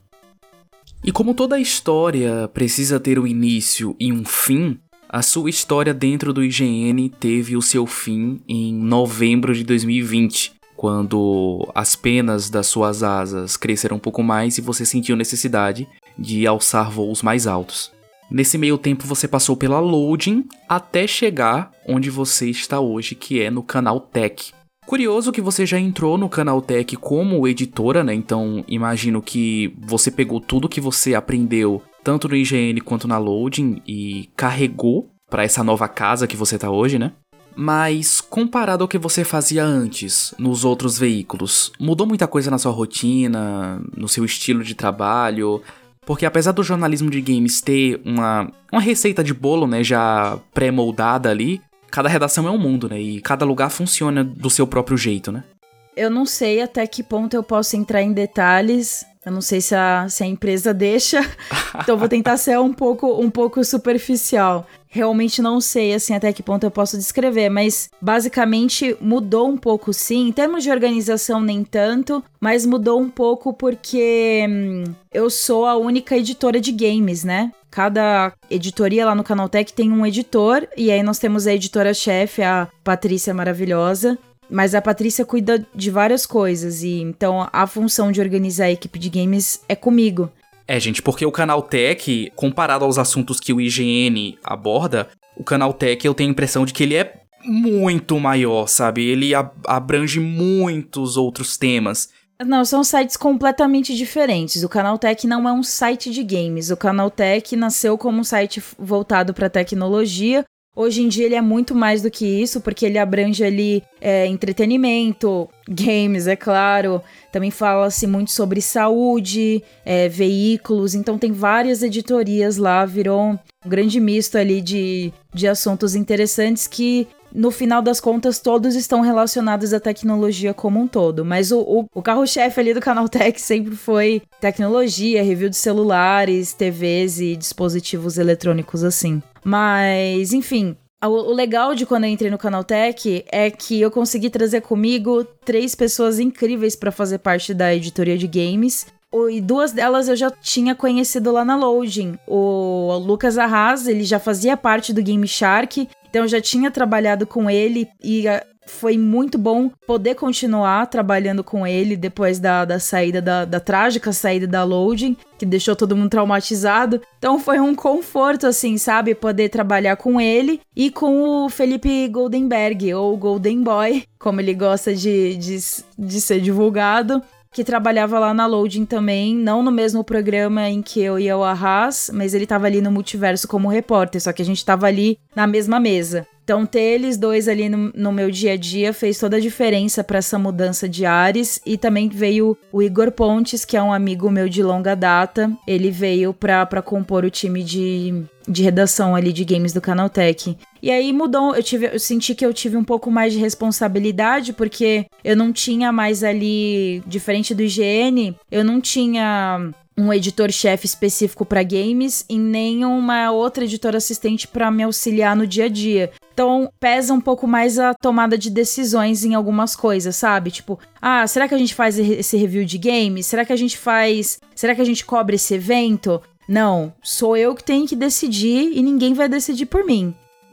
E como toda história precisa ter um início e um fim, a sua história dentro do I G N teve o seu fim em novembro de dois mil e vinte, quando as penas das suas asas cresceram um pouco mais e você sentiu necessidade de alçar voos mais altos. Nesse meio tempo você passou pela Loading até chegar onde você está hoje, que é no Canaltech. Curioso que você já entrou no Canaltech como editora, né? Então imagino que você pegou tudo que você aprendeu tanto no I G N quanto na Loading e carregou para essa nova casa que você tá hoje, né? Mas comparado ao que você fazia antes, nos outros veículos, mudou muita coisa na sua rotina, no seu estilo de trabalho? Porque apesar do jornalismo de games ter uma, uma receita de bolo, né, já pré-moldada ali, cada redação é um mundo, né? E cada lugar funciona do seu próprio jeito, né? Eu não sei até que ponto eu posso entrar em detalhes. Eu não sei se a, se a empresa deixa, então vou tentar ser um pouco, um pouco superficial. Realmente não sei, assim, até que ponto eu posso descrever, mas basicamente mudou um pouco, sim. Em termos de organização, nem tanto, mas mudou um pouco porque hum, eu sou a única editora de games, né? Cada editoria lá no Canaltech tem um editor, e aí nós temos a editora-chefe, a Patrícia maravilhosa. Mas a Patrícia cuida de várias coisas, e então a função de organizar a equipe de games é comigo. É, gente, porque o Canaltech, comparado aos assuntos que o I G N aborda, o Canaltech eu tenho a impressão de que ele é muito maior, sabe? Ele abrange muitos outros temas. Não, são sites completamente diferentes. O Canaltech não é um site de games. O Canaltech nasceu como um site voltado para tecnologia. Hoje em dia ele é muito mais do que isso, porque ele abrange ali é, entretenimento, games, é claro. Também fala-se muito sobre saúde, é, veículos. Então tem várias editorias lá, virou um grande misto ali de, de assuntos interessantes que, no final das contas, todos estão relacionados à tecnologia como um todo. Mas o, o, o carro-chefe ali do Canaltech sempre foi tecnologia, review de celulares, T Vs e dispositivos eletrônicos assim. Mas, enfim, o, o legal de quando eu entrei no Canaltech é que eu consegui trazer comigo três pessoas incríveis para fazer parte da editoria de games. E duas delas eu já tinha conhecido lá na Loading. O Lucas Arras, ele já fazia parte do Game Shark, então eu já tinha trabalhado com ele e foi muito bom poder continuar trabalhando com ele depois da, da saída, da, da trágica saída da Loading, que deixou todo mundo traumatizado. Então foi um conforto, assim, sabe? Poder trabalhar com ele e com o Felipe Goldenberg, ou Golden Boy, como ele gosta de, de, de ser divulgado, que trabalhava lá na Loading também, não no mesmo programa em que eu e o Arras, mas ele tava ali no Multiverso como repórter, só que a gente tava ali na mesma mesa. Então, ter eles dois ali no, no meu dia a dia fez toda a diferença para essa mudança de ares. E também veio o Igor Pontes, que é um amigo meu de longa data. Ele veio para compor o time de, de redação ali de games do Canaltech. E aí mudou, eu, tive, eu senti que eu tive um pouco mais de responsabilidade, porque eu não tinha mais ali, diferente do I G N, eu não tinha um editor-chefe específico para games e nem uma outra editora assistente para me auxiliar no dia a dia. Então, pesa um pouco mais a tomada de decisões em algumas coisas, sabe? Tipo, ah, será que a gente faz esse review de games? Será que a gente faz... Será que a gente cobre esse evento? Não, sou eu que tenho que decidir e ninguém vai decidir por mim.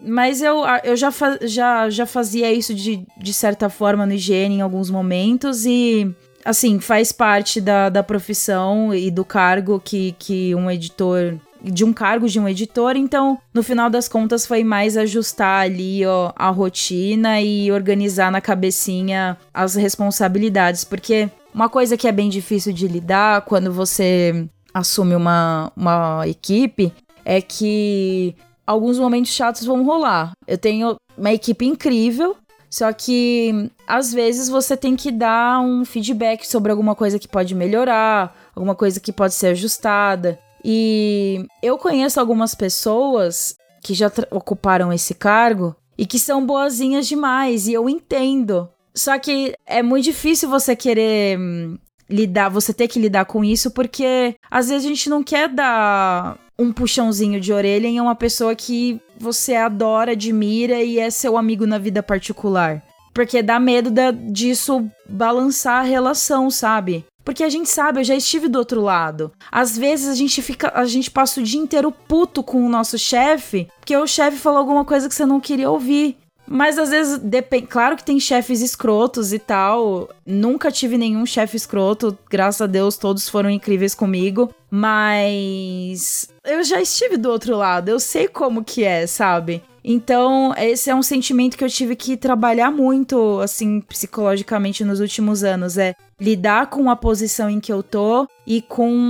Mas eu, eu já, fa- já, já fazia isso de, de certa forma no I G N em alguns momentos e, assim, faz parte da, da profissão e do cargo que, que um editor... de um cargo de um editor, então, no final das contas, foi mais ajustar ali, ó, a rotina e organizar na cabecinha as responsabilidades, porque uma coisa que é bem difícil de lidar quando você assume uma, uma equipe é que alguns momentos chatos vão rolar. Eu tenho uma equipe incrível, só que às vezes você tem que dar um feedback sobre alguma coisa que pode melhorar, alguma coisa que pode ser ajustada. E eu conheço algumas pessoas que já tra- ocuparam esse cargo e que são boazinhas demais, e eu entendo. Só que é muito difícil você querer hum, lidar, você ter que lidar com isso, porque às vezes a gente não quer dar um puxãozinho de orelha em uma pessoa que você adora, admira e é seu amigo na vida particular. Porque dá medo da, disso balançar a relação, sabe? Porque a gente sabe, eu já estive do outro lado. Às vezes a gente fica, a gente passa o dia inteiro puto com o nosso chefe, porque o chefe falou alguma coisa que você não queria ouvir. Mas às vezes, depende, claro que tem chefes escrotos e tal. Nunca tive nenhum chefe escroto, graças a Deus todos foram incríveis comigo. Mas eu já estive do outro lado, eu sei como que é, sabe? Então, esse é um sentimento que eu tive que trabalhar muito, assim, psicologicamente nos últimos anos. É lidar com a posição em que eu tô e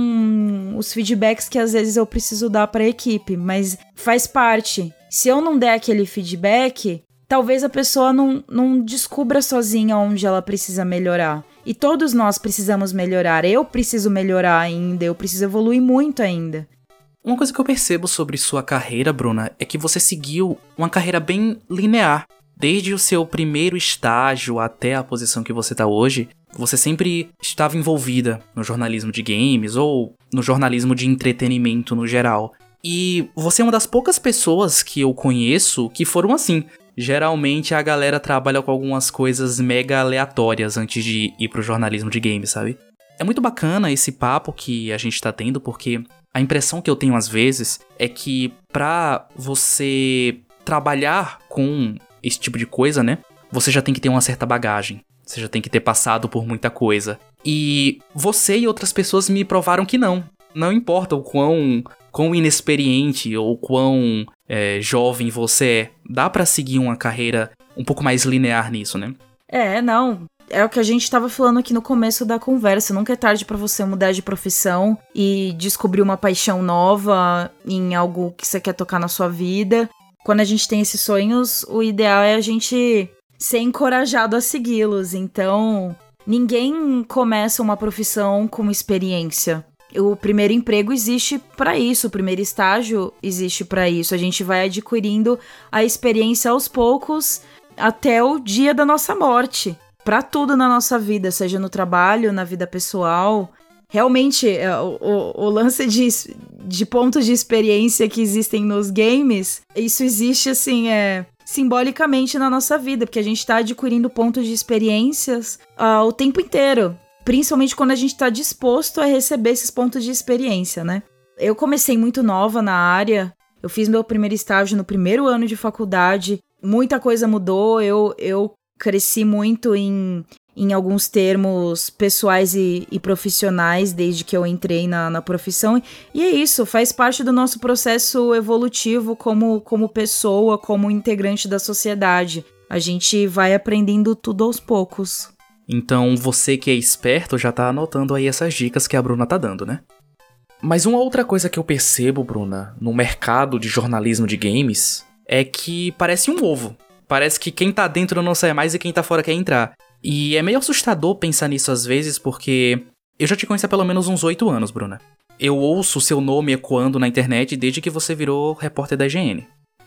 com os feedbacks que às vezes eu preciso dar pra equipe. Mas faz parte. Se eu não der aquele feedback, talvez a pessoa não, não descubra sozinha onde ela precisa melhorar. E todos nós precisamos melhorar. Eu preciso melhorar ainda, eu preciso evoluir muito ainda. Uma coisa que eu percebo sobre sua carreira, Bruna, é que você seguiu uma carreira bem linear. Desde o seu primeiro estágio até a posição que você tá hoje, você sempre estava envolvida no jornalismo de games ou no jornalismo de entretenimento no geral. E você é uma das poucas pessoas que eu conheço que foram assim. Geralmente a galera trabalha com algumas coisas mega aleatórias antes de ir pro jornalismo de games, sabe? É muito bacana esse papo que a gente tá tendo, porque a impressão que eu tenho às vezes é que pra você trabalhar com esse tipo de coisa, né, você já tem que ter uma certa bagagem. Você já tem que ter passado por muita coisa. E você e outras pessoas me provaram que não. Não importa o quão, quão inexperiente ou quão é, jovem você é, dá pra seguir uma carreira um pouco mais linear nisso, né? É, não. É o que a gente tava falando aqui no começo da conversa. Nunca é tarde pra você mudar de profissão e descobrir uma paixão nova em algo que você quer tocar na sua vida. Quando a gente tem esses sonhos, o ideal é a gente ser encorajado a segui-los. Então, ninguém começa uma profissão com experiência. O primeiro emprego existe pra isso, o primeiro estágio existe pra isso. A gente vai adquirindo a experiência aos poucos até o dia da nossa morte. Pra tudo na nossa vida, seja no trabalho, na vida pessoal. Realmente, o, o, o lance de, de pontos de experiência que existem nos games, isso existe, assim, é, simbolicamente na nossa vida, porque a gente tá adquirindo pontos de experiências uh, o tempo inteiro. Principalmente quando a gente tá disposto a receber esses pontos de experiência, né? Eu comecei muito nova na área, eu fiz meu primeiro estágio no primeiro ano de faculdade, muita coisa mudou, eu... eu cresci muito em, em alguns termos pessoais e, e profissionais desde que eu entrei na, na profissão. E é isso, faz parte do nosso processo evolutivo como, como pessoa, como integrante da sociedade. A gente vai aprendendo tudo aos poucos. Então você que é esperto já tá anotando aí essas dicas que a Bruna tá dando, né? Mas uma outra coisa que eu percebo, Bruna, no mercado de jornalismo de games, é que parece um ovo. Parece que quem tá dentro não sai mais e quem tá fora quer entrar. E é meio assustador pensar nisso às vezes, porque eu já te conheço há pelo menos uns oito anos, Bruna. Eu ouço seu nome ecoando na internet desde que você virou repórter da I G N.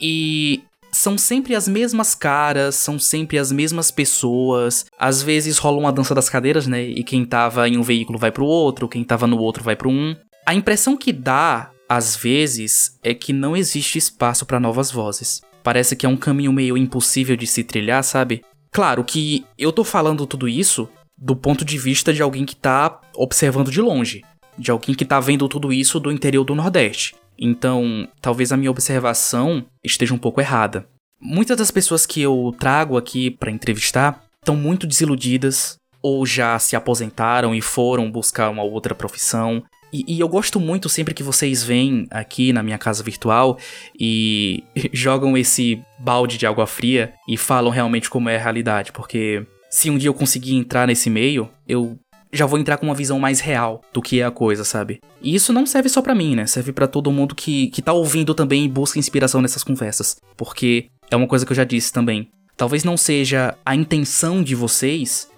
E são sempre as mesmas caras, são sempre as mesmas pessoas. Às vezes rola uma dança das cadeiras, né? E quem tava em um veículo vai pro outro, quem tava no outro vai pro um. A impressão que dá, às vezes, é que não existe espaço pra novas vozes. Parece que é um caminho meio impossível de se trilhar, sabe? Claro que eu tô falando tudo isso do ponto de vista de alguém que tá observando de longe. De alguém que tá vendo tudo isso do interior do Nordeste. Então, talvez a minha observação esteja um pouco errada. Muitas das pessoas que eu trago aqui pra entrevistar estão muito desiludidas ou já se aposentaram e foram buscar uma outra profissão. E, e eu gosto muito sempre que vocês vêm aqui na minha casa virtual e jogam esse balde de água fria e falam realmente como é a realidade, porque se um dia eu conseguir entrar nesse meio, eu já vou entrar com uma visão mais real do que é a coisa, sabe? E isso não serve só pra mim, né? Serve pra todo mundo que, que tá ouvindo também e busca inspiração nessas conversas. Porque é uma coisa que eu já disse também. Talvez não seja a intenção de vocês,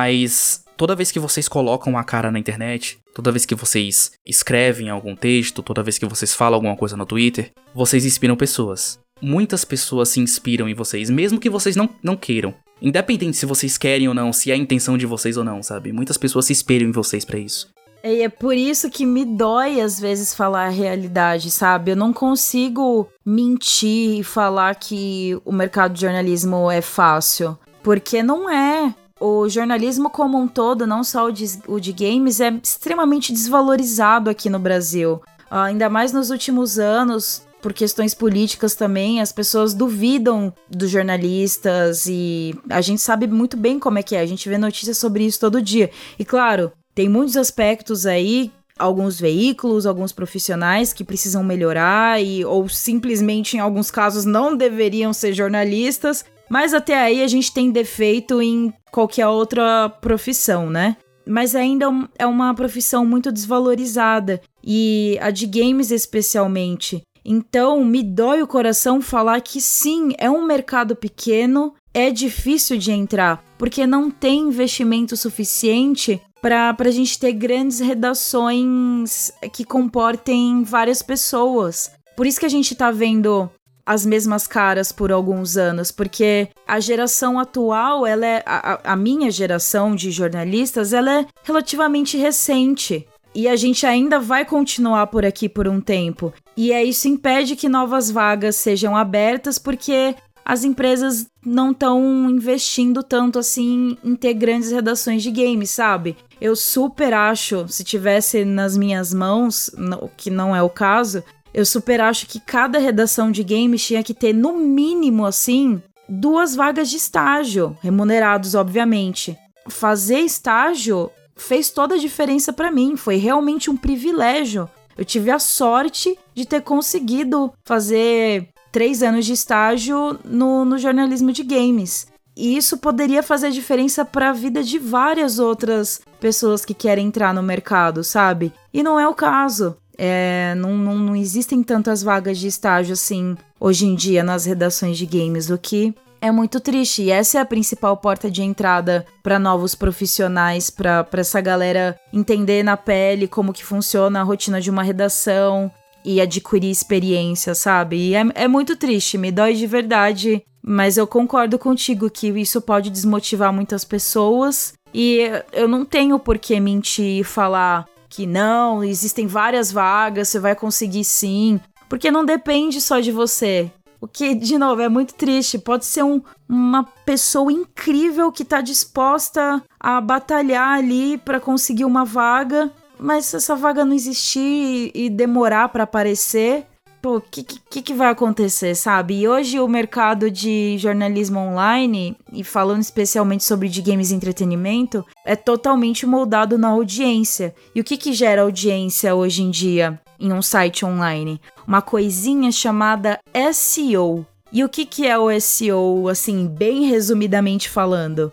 mas toda vez que vocês colocam a cara na internet, toda vez que vocês escrevem algum texto, toda vez que vocês falam alguma coisa no Twitter, vocês inspiram pessoas. Muitas pessoas se inspiram em vocês, mesmo que vocês não, não queiram. Independente se vocês querem ou não, se é a intenção de vocês ou não, sabe? Muitas pessoas se inspiram em vocês pra isso. E é por isso que me dói, às vezes, falar a realidade, sabe? Eu não consigo mentir e falar que o mercado de jornalismo é fácil. Porque não é. O jornalismo como um todo, não só o de, o de games, é extremamente desvalorizado aqui no Brasil. Uh, ainda mais nos últimos anos, por questões políticas também, as pessoas duvidam dos jornalistas e a gente sabe muito bem como é que é. A gente vê notícias sobre isso todo dia. E claro, tem muitos aspectos aí, alguns veículos, alguns profissionais que precisam melhorar e, ou simplesmente, em alguns casos, não deveriam ser jornalistas. Mas até aí a gente tem defeito em qualquer outra profissão, né? Mas ainda é uma profissão muito desvalorizada, e a de games especialmente. Então, me dói o coração falar que sim, é um mercado pequeno, é difícil de entrar, porque não tem investimento suficiente para a gente ter grandes redações que comportem várias pessoas. Por isso que a gente tá vendo as mesmas caras por alguns anos, porque a geração atual, ela é, a, a minha geração de jornalistas, ela é relativamente recente. E a gente ainda vai continuar por aqui por um tempo. E é isso impede que novas vagas sejam abertas, porque as empresas não estão investindo tanto assim em ter grandes redações de games, sabe? Eu super acho, se tivesse nas minhas mãos, o que não é o caso, eu super acho que cada redação de games tinha que ter, no mínimo, assim, duas vagas de estágio, remunerados, obviamente. Fazer estágio fez toda a diferença pra mim, foi realmente um privilégio. Eu tive a sorte de ter conseguido fazer três anos de estágio no, no jornalismo de games. E isso poderia fazer diferença pra vida de várias outras pessoas que querem entrar no mercado, sabe? E não é o caso. É, não, não, não existem tantas vagas de estágio assim hoje em dia nas redações de games, o que é muito triste. E essa é a principal porta de entrada para novos profissionais, para essa galera entender na pele como que funciona a rotina de uma redação e adquirir experiência, sabe? E é, é muito triste, me dói de verdade, mas eu concordo contigo que isso pode desmotivar muitas pessoas e eu não tenho por que mentir e falar que não, existem várias vagas, você vai conseguir sim, porque não depende só de você. O que, de novo, é muito triste. Pode ser um, uma pessoa incrível que tá disposta a batalhar ali pra conseguir uma vaga, mas se essa vaga não existir e demorar pra aparecer, pô, o que, que, que vai acontecer, sabe? E hoje o mercado de jornalismo online, e falando especialmente sobre de games e entretenimento, é totalmente moldado na audiência. E o que, que gera audiência hoje em dia em um site online? Uma coisinha chamada S E O. E o que, que é o S E O, assim, bem resumidamente falando?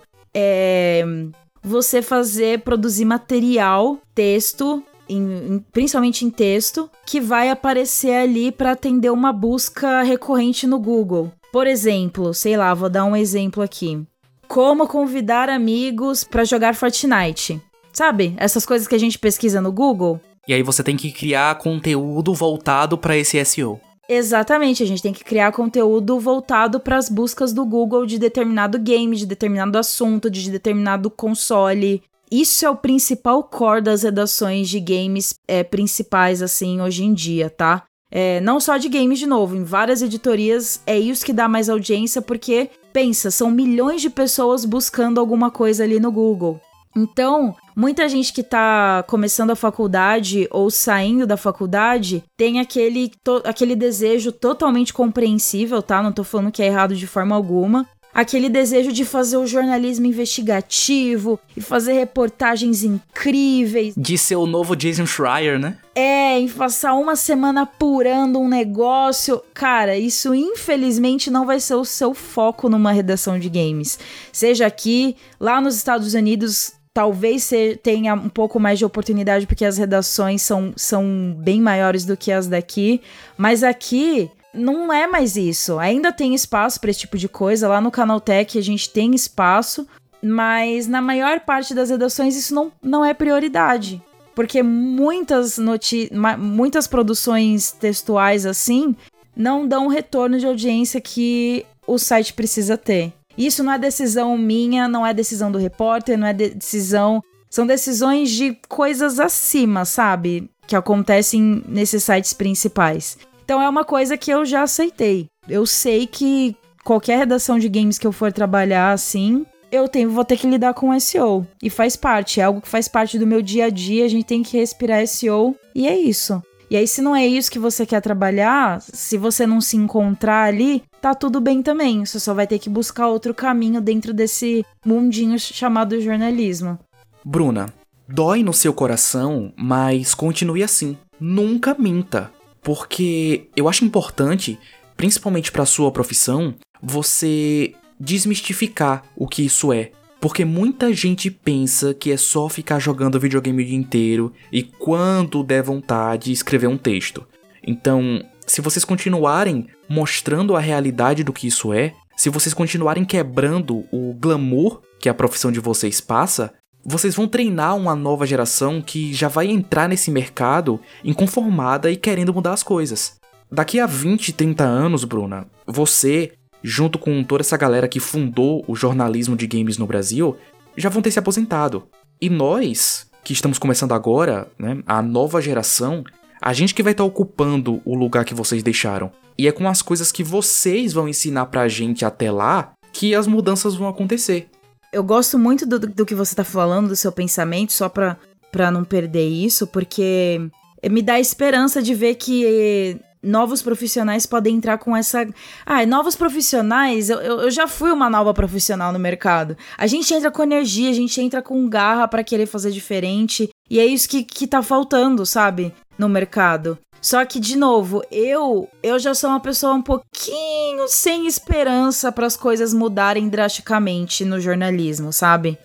É você fazer, produzir material, texto, Em, em, principalmente em texto, que vai aparecer ali para atender uma busca recorrente no Google. Por exemplo, sei lá, vou dar um exemplo aqui. Como convidar amigos para jogar Fortnite. Sabe? Essas coisas que a gente pesquisa no Google. E aí você tem que criar conteúdo voltado para esse S E O. Exatamente, a gente tem que criar conteúdo voltado para as buscas do Google de determinado game, de determinado assunto, de determinado console. Isso é o principal core das redações de games é, principais, assim, hoje em dia, tá? É, não só de games, de novo, em várias editorias é isso que dá mais audiência, porque, pensa, são milhões de pessoas buscando alguma coisa ali no Google. Então, muita gente que tá começando a faculdade ou saindo da faculdade tem aquele, to- aquele desejo totalmente compreensível, tá? Não tô falando que é errado de forma alguma. Aquele desejo de fazer o jornalismo investigativo e fazer reportagens incríveis. De ser o novo Jason Schreier, né? É, em passar uma semana apurando um negócio. Cara, isso infelizmente não vai ser o seu foco numa redação de games. Seja aqui, lá nos Estados Unidos, talvez você tenha um pouco mais de oportunidade porque as redações são, são bem maiores do que as daqui. Mas aqui não é mais isso. Ainda tem espaço para esse tipo de coisa. Lá no Canaltech a gente tem espaço, mas na maior parte das redações isso não, não é prioridade. Porque muitas, noti- muitas produções textuais assim não dão o retorno de audiência que o site precisa ter. Isso não é decisão minha, não é decisão do repórter, não é de- decisão... São decisões de coisas acima, sabe? Que acontecem nesses sites principais. Então é uma coisa que eu já aceitei. Eu sei que qualquer redação de games que eu for trabalhar assim, eu tenho, vou ter que lidar com S E O. E faz parte, é algo que faz parte do meu dia a dia, a gente tem que respirar S E O e é isso. E aí se não é isso que você quer trabalhar, se você não se encontrar ali, tá tudo bem também. Você só vai ter que buscar outro caminho dentro desse mundinho chamado jornalismo. Bruna, dói no seu coração, mas continue assim. Nunca minta. Porque eu acho importante, principalmente para sua profissão, você desmistificar o que isso é. Porque muita gente pensa que é só ficar jogando videogame o dia inteiro e quando der vontade escrever um texto. Então, se vocês continuarem mostrando a realidade do que isso é, se vocês continuarem quebrando o glamour que a profissão de vocês passa, vocês vão treinar uma nova geração que já vai entrar nesse mercado inconformada e querendo mudar as coisas. Daqui a vinte, trinta anos, Bruna, você, junto com toda essa galera que fundou o jornalismo de games no Brasil, já vão ter se aposentado. E nós, que estamos começando agora, né, a nova geração, a gente que vai estar ocupando o lugar que vocês deixaram. E é com as coisas que vocês vão ensinar pra gente até lá que as mudanças vão acontecer. Eu gosto muito do, do que você tá falando, do seu pensamento, só pra, pra não perder isso, porque me dá esperança de ver que novos profissionais podem entrar com essa... Ah, novos profissionais, eu, eu já fui uma nova profissional no mercado. A gente entra com energia, a gente entra com garra pra querer fazer diferente, e é isso que, que tá faltando, sabe, no mercado. Só que, de novo, eu, eu já sou uma pessoa um pouquinho sem esperança para as coisas mudarem drasticamente no jornalismo, sabe?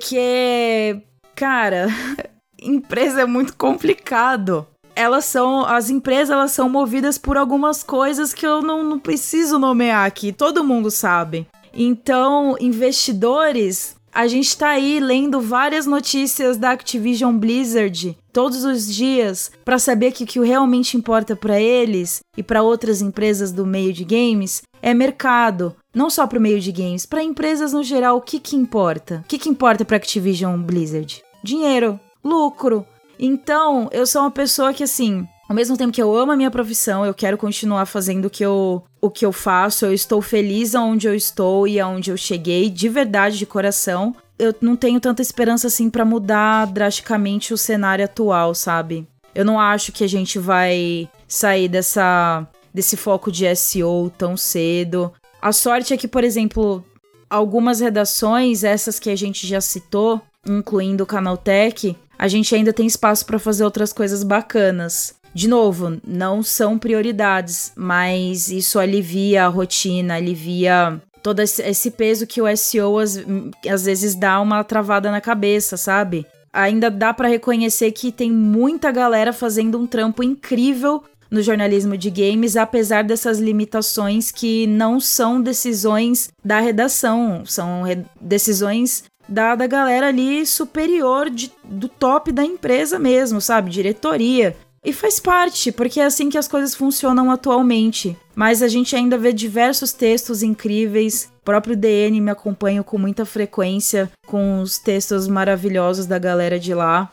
Porque, cara, empresa é muito complicado. Elas são, as empresas elas são movidas por algumas coisas que eu não, não preciso nomear aqui, todo mundo sabe. Então, investidores... A gente tá aí lendo várias notícias da Activision Blizzard todos os dias pra saber que o que realmente importa pra eles e pra outras empresas do meio de games é mercado. Não só pro meio de games, pra empresas no geral, o que que importa? O que que importa pra Activision Blizzard? Dinheiro, lucro. Então, eu sou uma pessoa que, assim, ao mesmo tempo que eu amo a minha profissão, eu quero continuar fazendo o que eu, o que eu faço, eu estou feliz aonde eu estou e aonde eu cheguei, de verdade, de coração. Eu não tenho tanta esperança, assim, pra mudar drasticamente o cenário atual, sabe? Eu não acho que a gente vai sair dessa, desse foco de S E O tão cedo. A sorte é que, por exemplo, algumas redações, essas que a gente já citou, incluindo o Canaltech, a gente ainda tem espaço pra fazer outras coisas bacanas. De novo, não são prioridades, mas isso alivia a rotina, alivia todo esse peso que o S E O às, às vezes dá uma travada na cabeça, sabe? Ainda dá pra reconhecer que tem muita galera fazendo um trampo incrível no jornalismo de games, apesar dessas limitações que não são decisões da redação, são re- decisões da, da galera ali superior de, do top da empresa mesmo, sabe? Diretoria. E faz parte, porque é assim que as coisas funcionam atualmente. Mas a gente ainda vê diversos textos incríveis. O próprio D N me acompanha com muita frequência com os textos maravilhosos da galera de lá.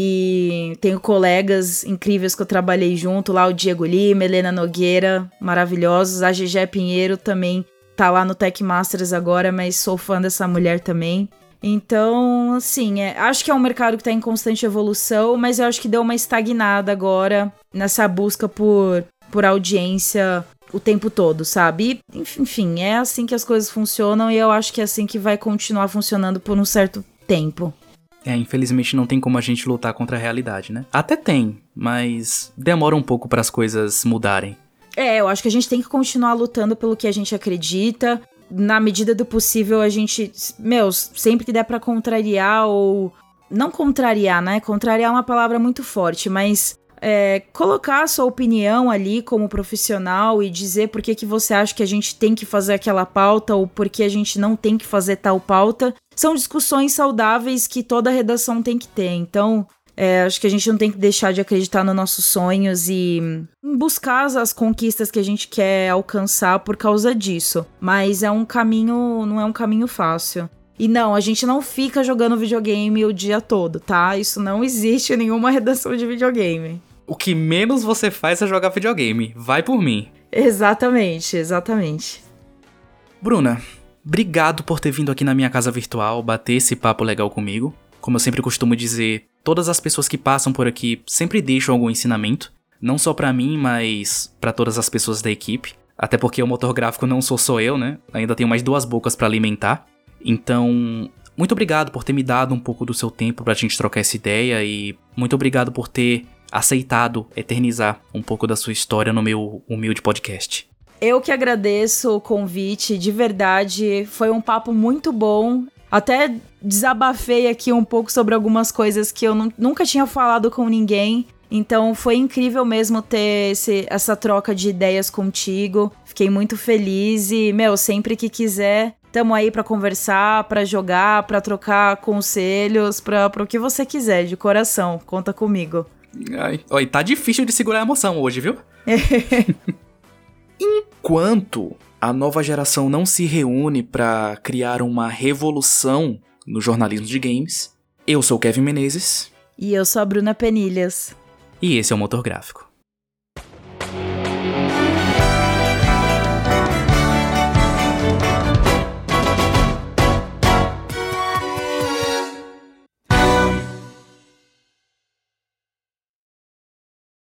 E tenho colegas incríveis que eu trabalhei junto lá, o Diego Lima, Helena Nogueira, maravilhosos. A Gegé Pinheiro também tá lá no Tech Masters agora, mas sou fã dessa mulher também. Então, assim, é, acho que é um mercado que tá em constante evolução, mas eu acho que deu uma estagnada agora nessa busca por, por audiência o tempo todo, sabe? E, enfim, é assim que as coisas funcionam e eu acho que é assim que vai continuar funcionando por um certo tempo. É, infelizmente não tem como a gente lutar contra a realidade, né? Até tem, mas demora um pouco para as coisas mudarem. É, eu acho que a gente tem que continuar lutando pelo que a gente acredita. Na medida do possível, a gente, meu, sempre que der pra contrariar ou... Não contrariar, né? Contrariar é uma palavra muito forte, mas... É, colocar a sua opinião ali como profissional e dizer por que, que você acha que a gente tem que fazer aquela pauta ou por que a gente não tem que fazer tal pauta, são discussões saudáveis que toda redação tem que ter. Então, é, acho que a gente não tem que deixar de acreditar nos nossos sonhos e buscar as conquistas que a gente quer alcançar por causa disso. Mas é um caminho, não é um caminho fácil. E não, a gente não fica jogando videogame o dia todo, tá? Isso não existe em nenhuma redação de videogame. O que menos você faz é jogar videogame. Vai por mim. Exatamente, exatamente. Bruna, obrigado por ter vindo aqui na minha casa virtual bater esse papo legal comigo. Como eu sempre costumo dizer, todas as pessoas que passam por aqui sempre deixam algum ensinamento. Não só pra mim, mas pra todas as pessoas da equipe. Até porque o motor gráfico não sou só eu, né? Ainda tenho mais duas bocas pra alimentar. Então, muito obrigado por ter me dado um pouco do seu tempo pra gente trocar essa ideia e muito obrigado por ter aceitado eternizar um pouco da sua história no meu humilde podcast. Eu que agradeço o convite, de verdade, foi um papo muito bom. Até desabafei aqui um pouco sobre algumas coisas que eu n- nunca tinha falado com ninguém. Então foi incrível mesmo ter esse, essa troca de ideias contigo. Fiquei muito feliz e, meu, sempre que quiser, tamo aí pra conversar, pra jogar, pra trocar conselhos, pra, pra o que você quiser, de coração. Conta comigo. Ai, oi, tá difícil de segurar a emoção hoje, viu? Enquanto a nova geração não se reúne pra criar uma revolução no jornalismo de games, eu sou o Kevin Menezes. E eu sou a Bruna Penilhas. E esse é o Motor Gráfico.